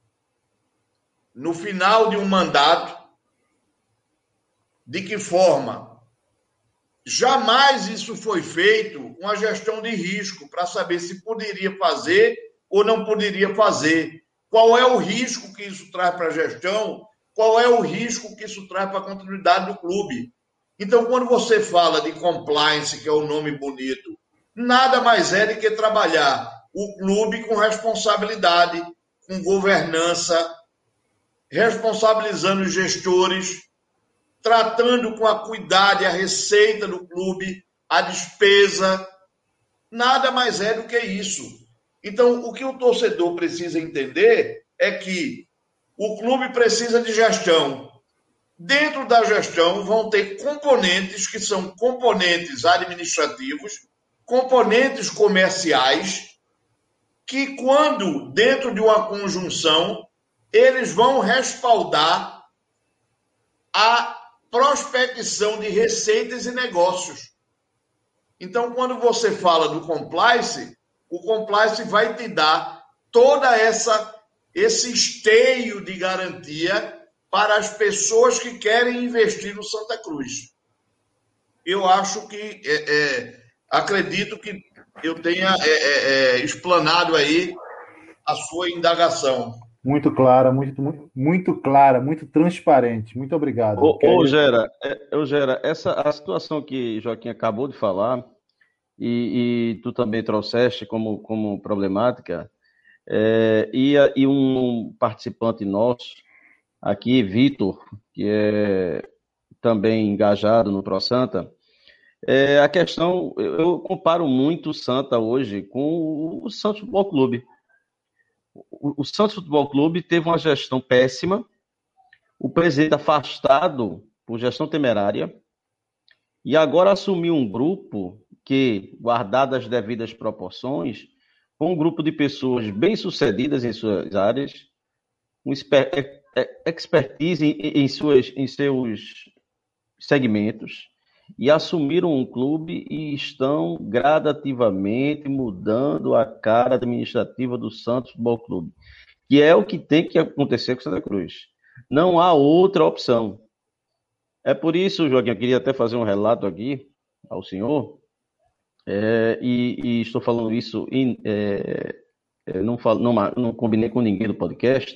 no final de um mandato. De que forma? Jamais isso foi feito uma gestão de risco para saber se poderia fazer ou não poderia fazer. Qual é o risco que isso traz para a gestão? Qual é o risco que isso traz para a continuidade do clube? Então, quando você fala de compliance, que é o nome bonito, nada mais é do que trabalhar o clube com responsabilidade, com governança, responsabilizando os gestores, tratando com acuidade a receita do clube, a despesa. Nada mais é do que isso. Então, o que o torcedor precisa entender é que o clube precisa de gestão. Dentro da gestão vão ter componentes que são componentes administrativos, componentes comerciais, que quando, dentro de uma conjunção, eles vão respaldar a prospecção de receitas e negócios. Então, quando você fala do compliance, o compliance vai te dar toda essa esse esteio de garantia para as pessoas que querem investir no Santa Cruz. Eu acho que, é, é, acredito que eu tenha é, é, é, explanado aí a sua indagação. Muito clara, muito, muito, muito clara, muito transparente. Muito obrigado. Ô, ô Gera, é, ô, Gera, essa, a situação que Joaquim acabou de falar, e, e tu também trouxeste como, como problemática, é, e, e um participante nosso aqui, Vitor, que é também engajado no ProSanta, É, a questão, eu, eu comparo muito o Santa hoje com o, o Santos Futebol Clube. O, o Santos Futebol Clube teve uma gestão péssima, o presidente afastado por gestão temerária, e agora assumiu um grupo que, guardadas as devidas proporções, um grupo de pessoas bem-sucedidas em suas áreas, um expertise em, em, suas, em seus segmentos, e assumiram um clube e estão gradativamente mudando a cara administrativa do Santos Futebol Clube, que é o que tem que acontecer com o Santa Cruz. Não há outra opção. É por isso, Joaquim, eu queria até fazer um relato aqui ao senhor, é, e, e estou falando isso, em, é, não, falo, não, não combinei com ninguém do podcast.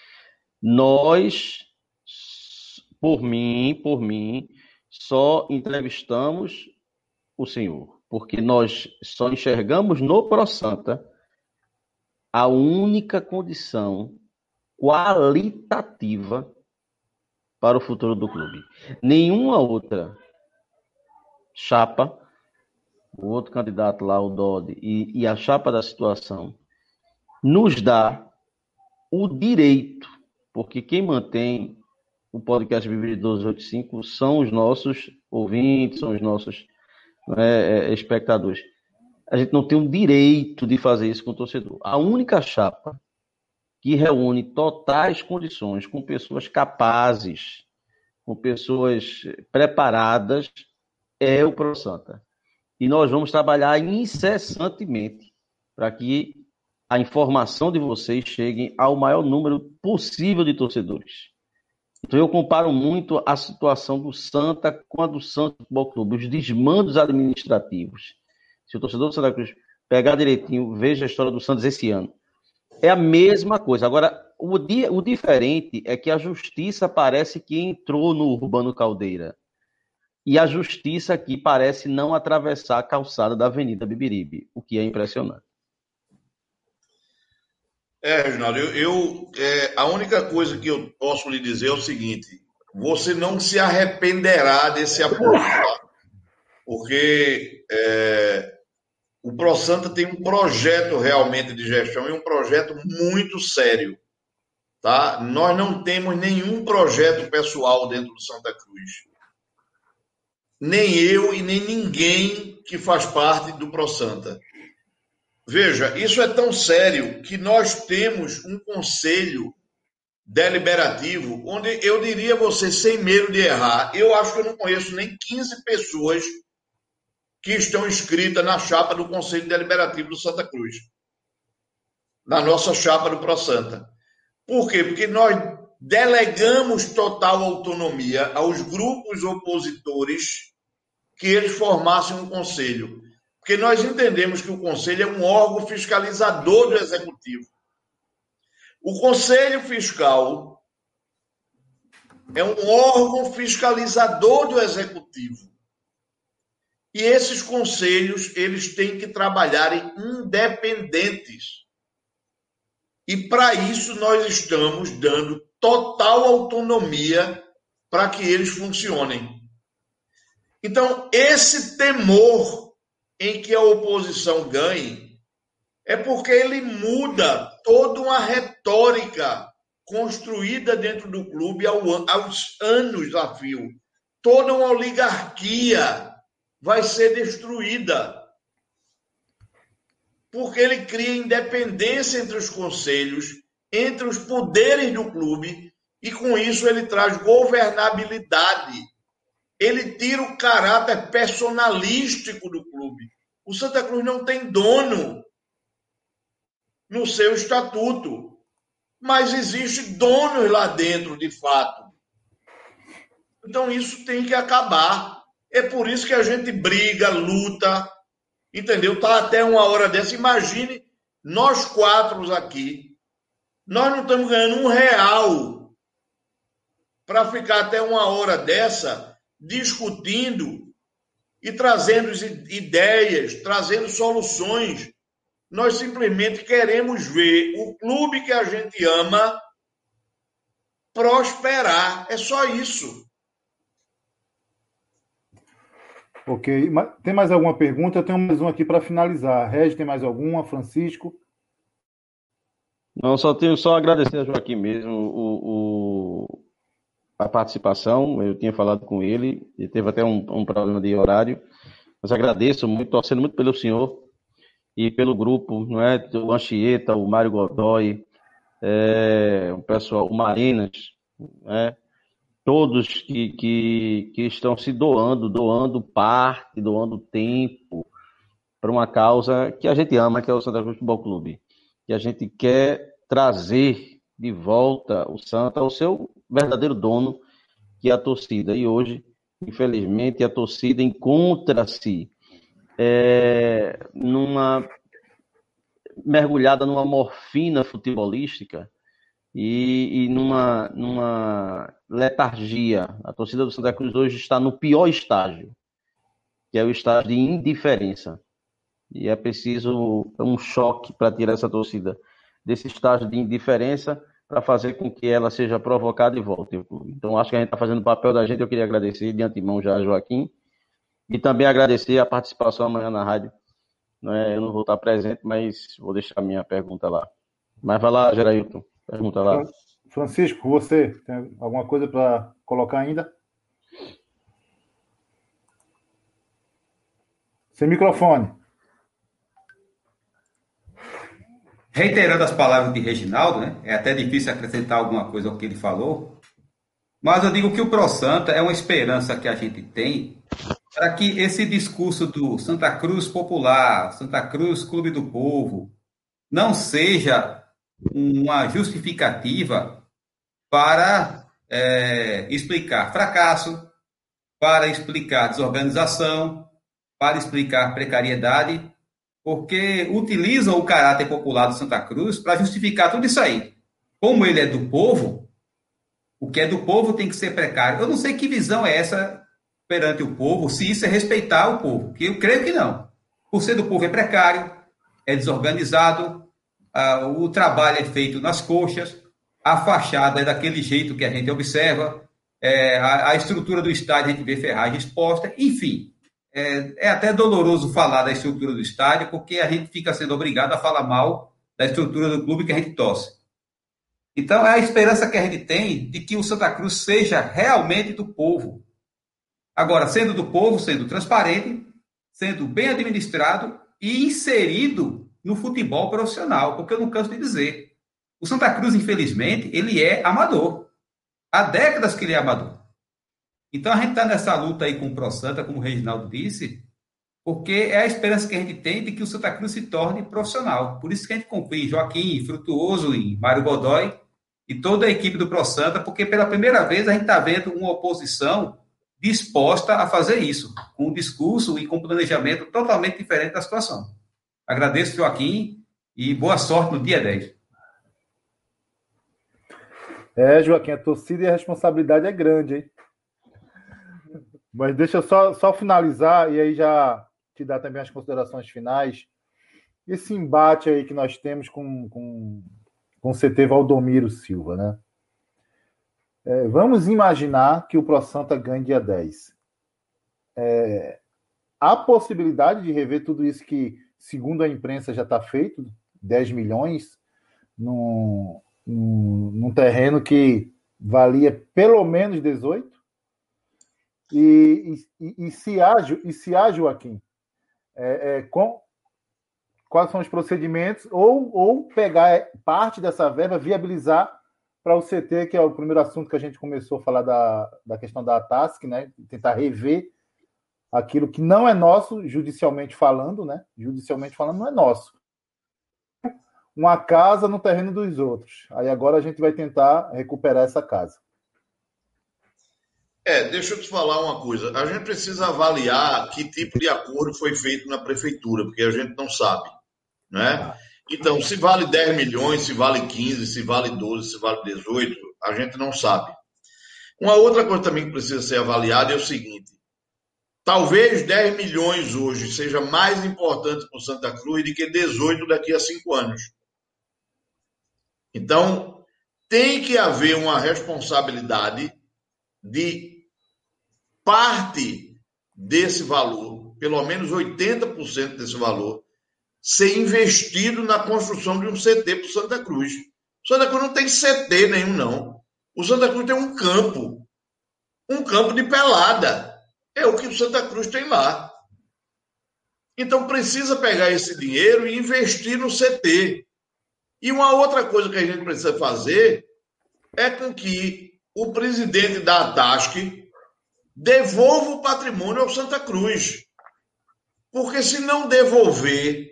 Nós, por mim, por mim, só entrevistamos o senhor, porque nós só enxergamos no ProSanta a única condição qualitativa para o futuro do clube. Nenhuma outra chapa, o outro candidato lá, o Dodi, e, e a chapa da situação, nos dá o direito, porque quem mantém o podcast Viver de doze oitenta e cinco são os nossos ouvintes, são os nossos é, espectadores. A gente não tem o direito de fazer isso com o torcedor. A única chapa que reúne totais condições, com pessoas capazes, com pessoas preparadas, é o ProSanta. E nós vamos trabalhar incessantemente para que a informação de vocês chegue ao maior número possível de torcedores. Então eu comparo muito a situação do Santa com a do Santos Futebol Clube, os desmandos administrativos. Se o torcedor do Santa Cruz pegar direitinho, veja a história do Santos esse ano. É a mesma coisa. Agora, o, di- o diferente é que a justiça parece que entrou no Urbano Caldeira. E a justiça aqui parece não atravessar a calçada da Avenida Bibiribe, o que é impressionante. É, Reginaldo, eu, eu é, a única coisa que eu posso lhe dizer é o seguinte: você não se arrependerá desse apoio, tá? Porque é, o ProSanta tem um projeto realmente de gestão e um projeto muito sério, tá? Nós não temos nenhum projeto pessoal dentro do Santa Cruz. Nem eu e nem ninguém que faz parte do ProSanta. Veja, isso é tão sério que nós temos um conselho deliberativo, onde eu diria a você, sem medo de errar, eu acho que eu não conheço nem quinze pessoas que estão inscritas na chapa do Conselho Deliberativo do Santa Cruz, na nossa chapa do ProSanta. Por quê? Porque nós delegamos total autonomia aos grupos opositores que eles formassem um conselho. Porque nós entendemos que o conselho é um órgão fiscalizador do executivo. O conselho fiscal é um órgão fiscalizador do executivo. E esses conselhos, eles têm que trabalharem independentes. E para isso nós estamos dando total autonomia para que eles funcionem. Então, esse temor em que a oposição ganhe é porque ele muda toda uma retórica construída dentro do clube aos anos a fio. Toda uma oligarquia vai ser destruída. Porque ele cria independência entre os conselhos, entre os poderes do clube, e com isso ele traz governabilidade. Ele tira o caráter personalístico do clube. O Santa Cruz não tem dono no seu estatuto, mas existe donos lá dentro, de fato. Então isso tem que acabar. É por isso que a gente briga, luta, entendeu? Tá até uma hora dessa. Imagine nós quatro aqui, nós não estamos ganhando um real para ficar até uma hora dessa discutindo e trazendo ideias, trazendo soluções. Nós simplesmente queremos ver o clube que a gente ama prosperar. É só isso. Ok. Tem mais alguma pergunta? Eu tenho mais uma aqui para finalizar. Regi, tem mais alguma? Francisco? Não, só tenho só a agradecer a Joaquim mesmo o, o, a participação. Eu tinha falado com ele e teve até um, um problema de horário, mas agradeço muito, torcendo muito pelo senhor e pelo grupo, não é? O Anchieta, o Mário Godoy, é, o pessoal, o Marinas, né? Todos que, que, que estão se doando, doando parte, doando tempo para uma causa que a gente ama, que é o Santa Cruz Futebol Clube. Que a gente quer trazer de volta o Santa ao seu verdadeiro dono, que é a torcida. E hoje, infelizmente, a torcida encontra-se é, numa mergulhada numa morfina futebolística e, e numa, numa letargia. A torcida do Santa Cruz hoje está no pior estágio, que é o estágio de indiferença. E é preciso um choque para tirar essa torcida desse estágio de indiferença para fazer com que ela seja provocada e volte ao clube. Então, acho que a gente está fazendo o papel da gente. Eu queria agradecer de antemão já a Joaquim e também agradecer a participação amanhã na rádio. Eu não vou estar presente, mas vou deixar a minha pergunta lá. Mas vai lá, Gerailton. Pergunta lá. Francisco, você tem alguma coisa para colocar ainda? Sem microfone. Reiterando as palavras de Reginaldo, né? É até difícil acrescentar alguma coisa ao que ele falou, mas eu digo que o ProSanta é uma esperança que a gente tem para que esse discurso do Santa Cruz Popular, Santa Cruz Clube do Povo, não seja uma justificativa para é, explicar fracasso, para explicar desorganização, para explicar precariedade, porque utilizam o caráter popular do Santa Cruz para justificar tudo isso aí. Como ele é do povo, o que é do povo tem que ser precário. Eu não sei que visão é essa perante o povo, se isso é respeitar o povo, que eu creio que não. Por ser do povo é precário, é desorganizado, ah, o trabalho é feito nas coxas, a fachada é daquele jeito que a gente observa, é, a, a estrutura do estádio a gente vê ferragem exposta, enfim. É, é até doloroso falar da estrutura do estádio, porque a gente fica sendo obrigado a falar mal da estrutura do clube que a gente torce. Então, é a esperança que a gente tem de que o Santa Cruz seja realmente do povo. Agora, sendo do povo, sendo transparente, sendo bem administrado e inserido no futebol profissional, porque eu não canso de dizer. O Santa Cruz, infelizmente, ele é amador. Há décadas que ele é amador. Então, a gente está nessa luta aí com o ProSanta, como o Reginaldo disse, porque é a esperança que a gente tem de que o Santa Cruz se torne profissional. Por isso que a gente confia em Joaquim, em Frutuoso, em Mário Godoy e toda a equipe do ProSanta, porque pela primeira vez a gente está vendo uma oposição disposta a fazer isso, com um discurso e com um planejamento totalmente diferente da situação. Agradeço, Joaquim, e boa sorte no dia dez. É, Joaquim, a torcida e a responsabilidade é grande, hein? Mas deixa eu só, só finalizar e aí já te dar também as considerações finais. Esse embate aí que nós temos com, com, com o C T Valdomiro Silva, né? É, vamos imaginar que o ProSanta ganhe dia dez. É, há possibilidade de rever tudo isso que, segundo a imprensa, já está feito, dez milhões, num, num, num terreno que valia pelo menos dezoito? E, e, e, se há, e se há, Joaquim, é, é, com, quais são os procedimentos, ou, ou pegar parte dessa verba, viabilizar para o C T, que é o primeiro assunto que a gente começou a falar da, da questão da T A S C, né? Tentar rever aquilo que não é nosso, judicialmente falando, né? Judicialmente falando, não é nosso. Uma casa no terreno dos outros. Aí agora a gente vai tentar recuperar essa casa. É, deixa eu te falar uma coisa. A gente precisa avaliar que tipo de acordo foi feito na prefeitura, porque a gente não sabe, né? Então, se vale dez milhões, se vale quinze, se vale doze, se vale dezoito, a gente não sabe. Uma outra coisa também que precisa ser avaliada é o seguinte: talvez dez milhões hoje seja mais importante para o Santa Cruz do que dezoito daqui a cinco anos. Então, tem que haver uma responsabilidade de parte desse valor, pelo menos oitenta por cento desse valor, ser investido na construção de um C T para o Santa Cruz. O Santa Cruz não tem C T nenhum, não. O Santa Cruz tem um campo. Um campo de pelada. É o que o Santa Cruz tem lá. Então precisa pegar esse dinheiro e investir no C T. E uma outra coisa que a gente precisa fazer é com que o presidente da ATASC devolva o patrimônio ao Santa Cruz. Porque se não devolver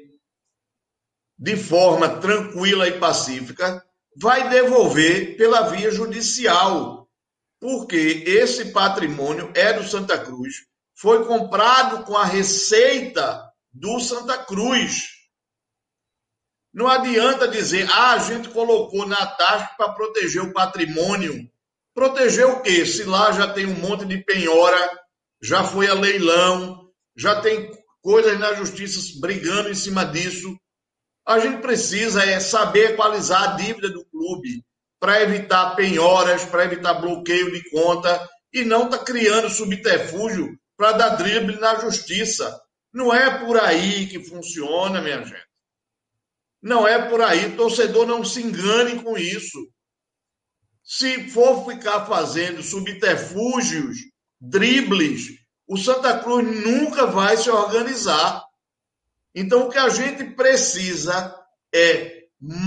de forma tranquila e pacífica, vai devolver pela via judicial. Porque esse patrimônio é do Santa Cruz, foi comprado com a receita do Santa Cruz. Não adianta dizer, ah, a gente colocou na taxa para proteger o patrimônio. Proteger o quê? Se lá já tem um monte de penhora, já foi a leilão, já tem coisas na justiça brigando em cima disso. A gente precisa é saber equalizar a dívida do clube para evitar penhoras, para evitar bloqueio de conta e não estar tá criando subterfúgio para dar drible na justiça. Não é por aí que funciona, minha gente. Não é por aí. Torcedor, não se engane com isso. Se for ficar fazendo subterfúgios, dribles, o Santa Cruz nunca vai se organizar. Então, o que a gente precisa é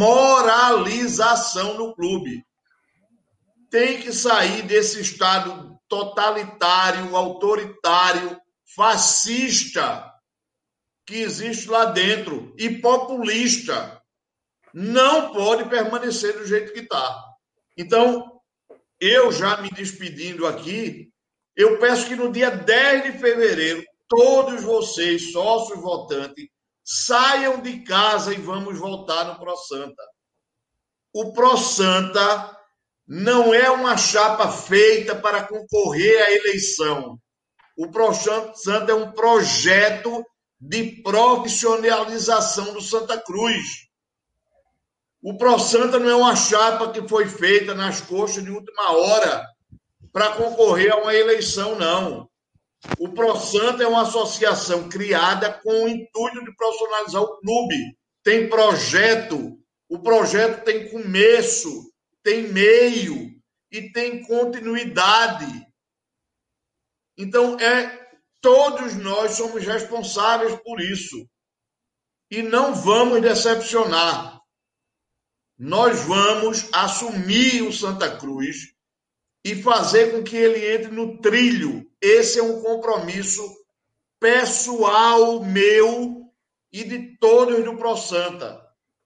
moralização no clube. Tem que sair desse estado totalitário, autoritário, fascista que existe lá dentro e populista. Não pode permanecer do jeito que está. Então, eu já me despedindo aqui, eu peço que no dia dez de fevereiro, todos vocês, sócios votantes, saiam de casa e vamos voltar no ProSanta. O ProSanta não é uma chapa feita para concorrer à eleição. O ProSanta é um projeto de profissionalização do Santa Cruz. O ProSanta não é uma chapa que foi feita nas coxas de última hora para concorrer a uma eleição, não. O ProSanta é uma associação criada com o intuito de profissionalizar o clube. Tem projeto, o projeto tem começo, tem meio e tem continuidade. Então, é, todos nós somos responsáveis por isso. E não vamos decepcionar. Nós vamos assumir o Santa Cruz e fazer com que ele entre no trilho. Esse é um compromisso pessoal meu e de todos do ProSanta.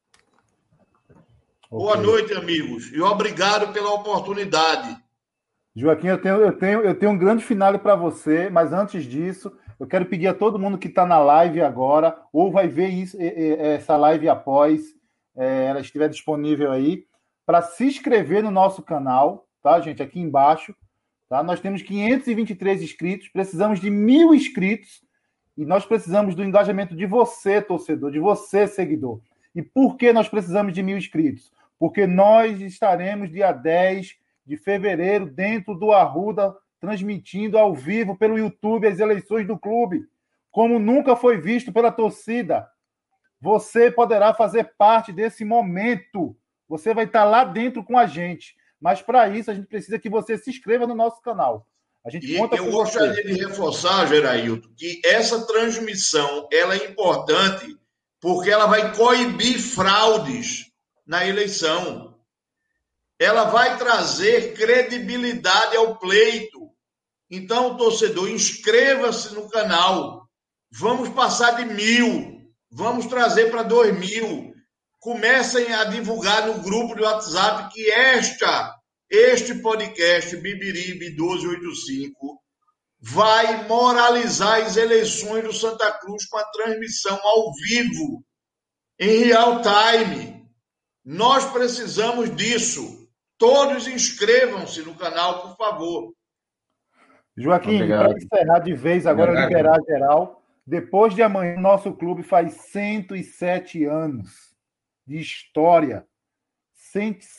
Okay. Boa noite, amigos, e obrigado pela oportunidade. Joaquim, eu tenho, eu tenho, eu tenho um grande finale para você, mas antes disso, eu quero pedir a todo mundo que está na live agora, ou vai ver isso, essa live após é, ela estiver disponível aí, para se inscrever no nosso canal, tá, gente? Aqui embaixo. Tá? Nós temos quinhentos e vinte e três inscritos, precisamos de mil inscritos e nós precisamos do engajamento de você, torcedor, de você, seguidor. E por que nós precisamos de mil inscritos? Porque nós estaremos dia dez de fevereiro dentro do Arruda, transmitindo ao vivo pelo YouTube as eleições do clube, como nunca foi visto pela torcida. Você poderá fazer parte desse momento. Você vai estar lá dentro com a gente. Mas, para isso, a gente precisa que você se inscreva no nosso canal. A gente e conta eu com gostaria você. de reforçar, Gerailton, que essa transmissão ela é importante porque ela vai coibir fraudes na eleição. Ela vai trazer credibilidade ao pleito. Então, torcedor, inscreva-se no canal. Vamos passar de mil. Vamos trazer para dois mil. Comecem a divulgar no grupo de WhatsApp que esta, este podcast, Bibiribe doze oitenta e cinco, vai moralizar as eleições do Santa Cruz com a transmissão ao vivo, em real time. Nós precisamos disso. Todos inscrevam-se no canal, por favor. Joaquim, para encerrar de vez, agora Obrigado. liberar geral, depois de amanhã, nosso clube faz cento e sete anos de história.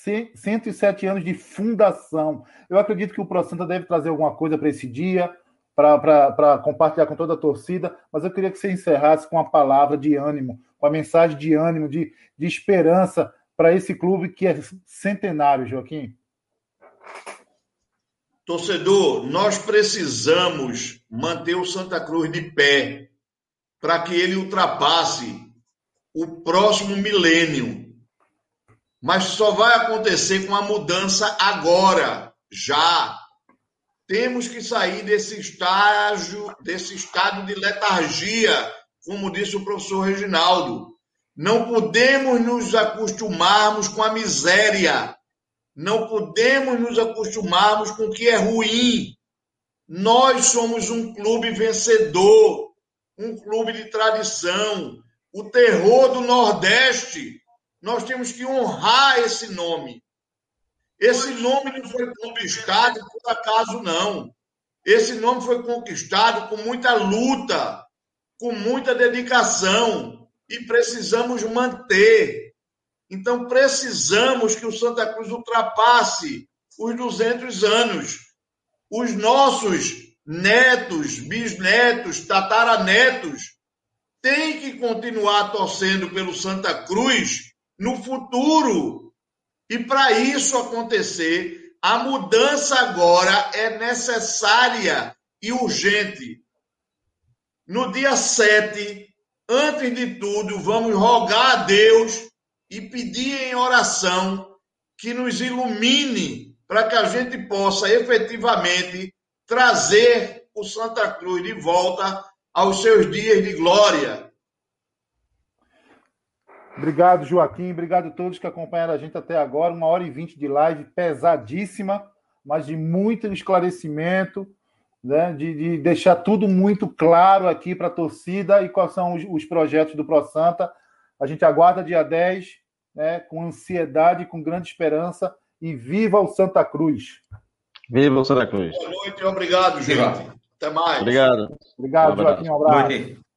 cento e sete anos de fundação. Eu acredito que o ProSanta deve trazer alguma coisa para esse dia, para compartilhar com toda a torcida, mas eu queria que você encerrasse com uma palavra de ânimo, com a mensagem de ânimo, de, de esperança para esse clube que é centenário, Joaquim. Torcedor, nós precisamos manter o Santa Cruz de pé para que ele ultrapasse o próximo milênio. Mas só vai acontecer com a mudança agora, já. Temos que sair desse estágio, desse estado de letargia, como disse o professor Reginaldo. Não podemos nos acostumarmos com a miséria. Não podemos nos acostumarmos com o que é ruim. Nós somos um clube vencedor, um clube de tradição, o terror do Nordeste. Nós temos que honrar esse nome. Esse nome não foi conquistado por acaso, não. Esse nome foi conquistado com muita luta, com muita dedicação, e precisamos manter. Então, precisamos que o Santa Cruz ultrapasse os duzentos anos. Os nossos netos, bisnetos, tataranetos têm que continuar torcendo pelo Santa Cruz no futuro. E para isso acontecer, a mudança agora é necessária e urgente. No dia sete, antes de tudo, vamos rogar a Deus e pedir em oração que nos ilumine para que a gente possa efetivamente trazer o Santa Cruz de volta aos seus dias de glória. Obrigado, Joaquim. Obrigado a todos que acompanharam a gente até agora. Uma hora e vinte de live pesadíssima, mas de muito esclarecimento, né? de, de deixar tudo muito claro aqui para a torcida e quais são os, os projetos do Pro Santa. A gente aguarda dia dez, né, com ansiedade, com grande esperança, e viva o Santa Cruz! Viva o Santa Cruz! Boa noite e obrigado, gente. Até mais. Obrigado. Obrigado, Um abraço. Joaquim. Um abraço. Noite.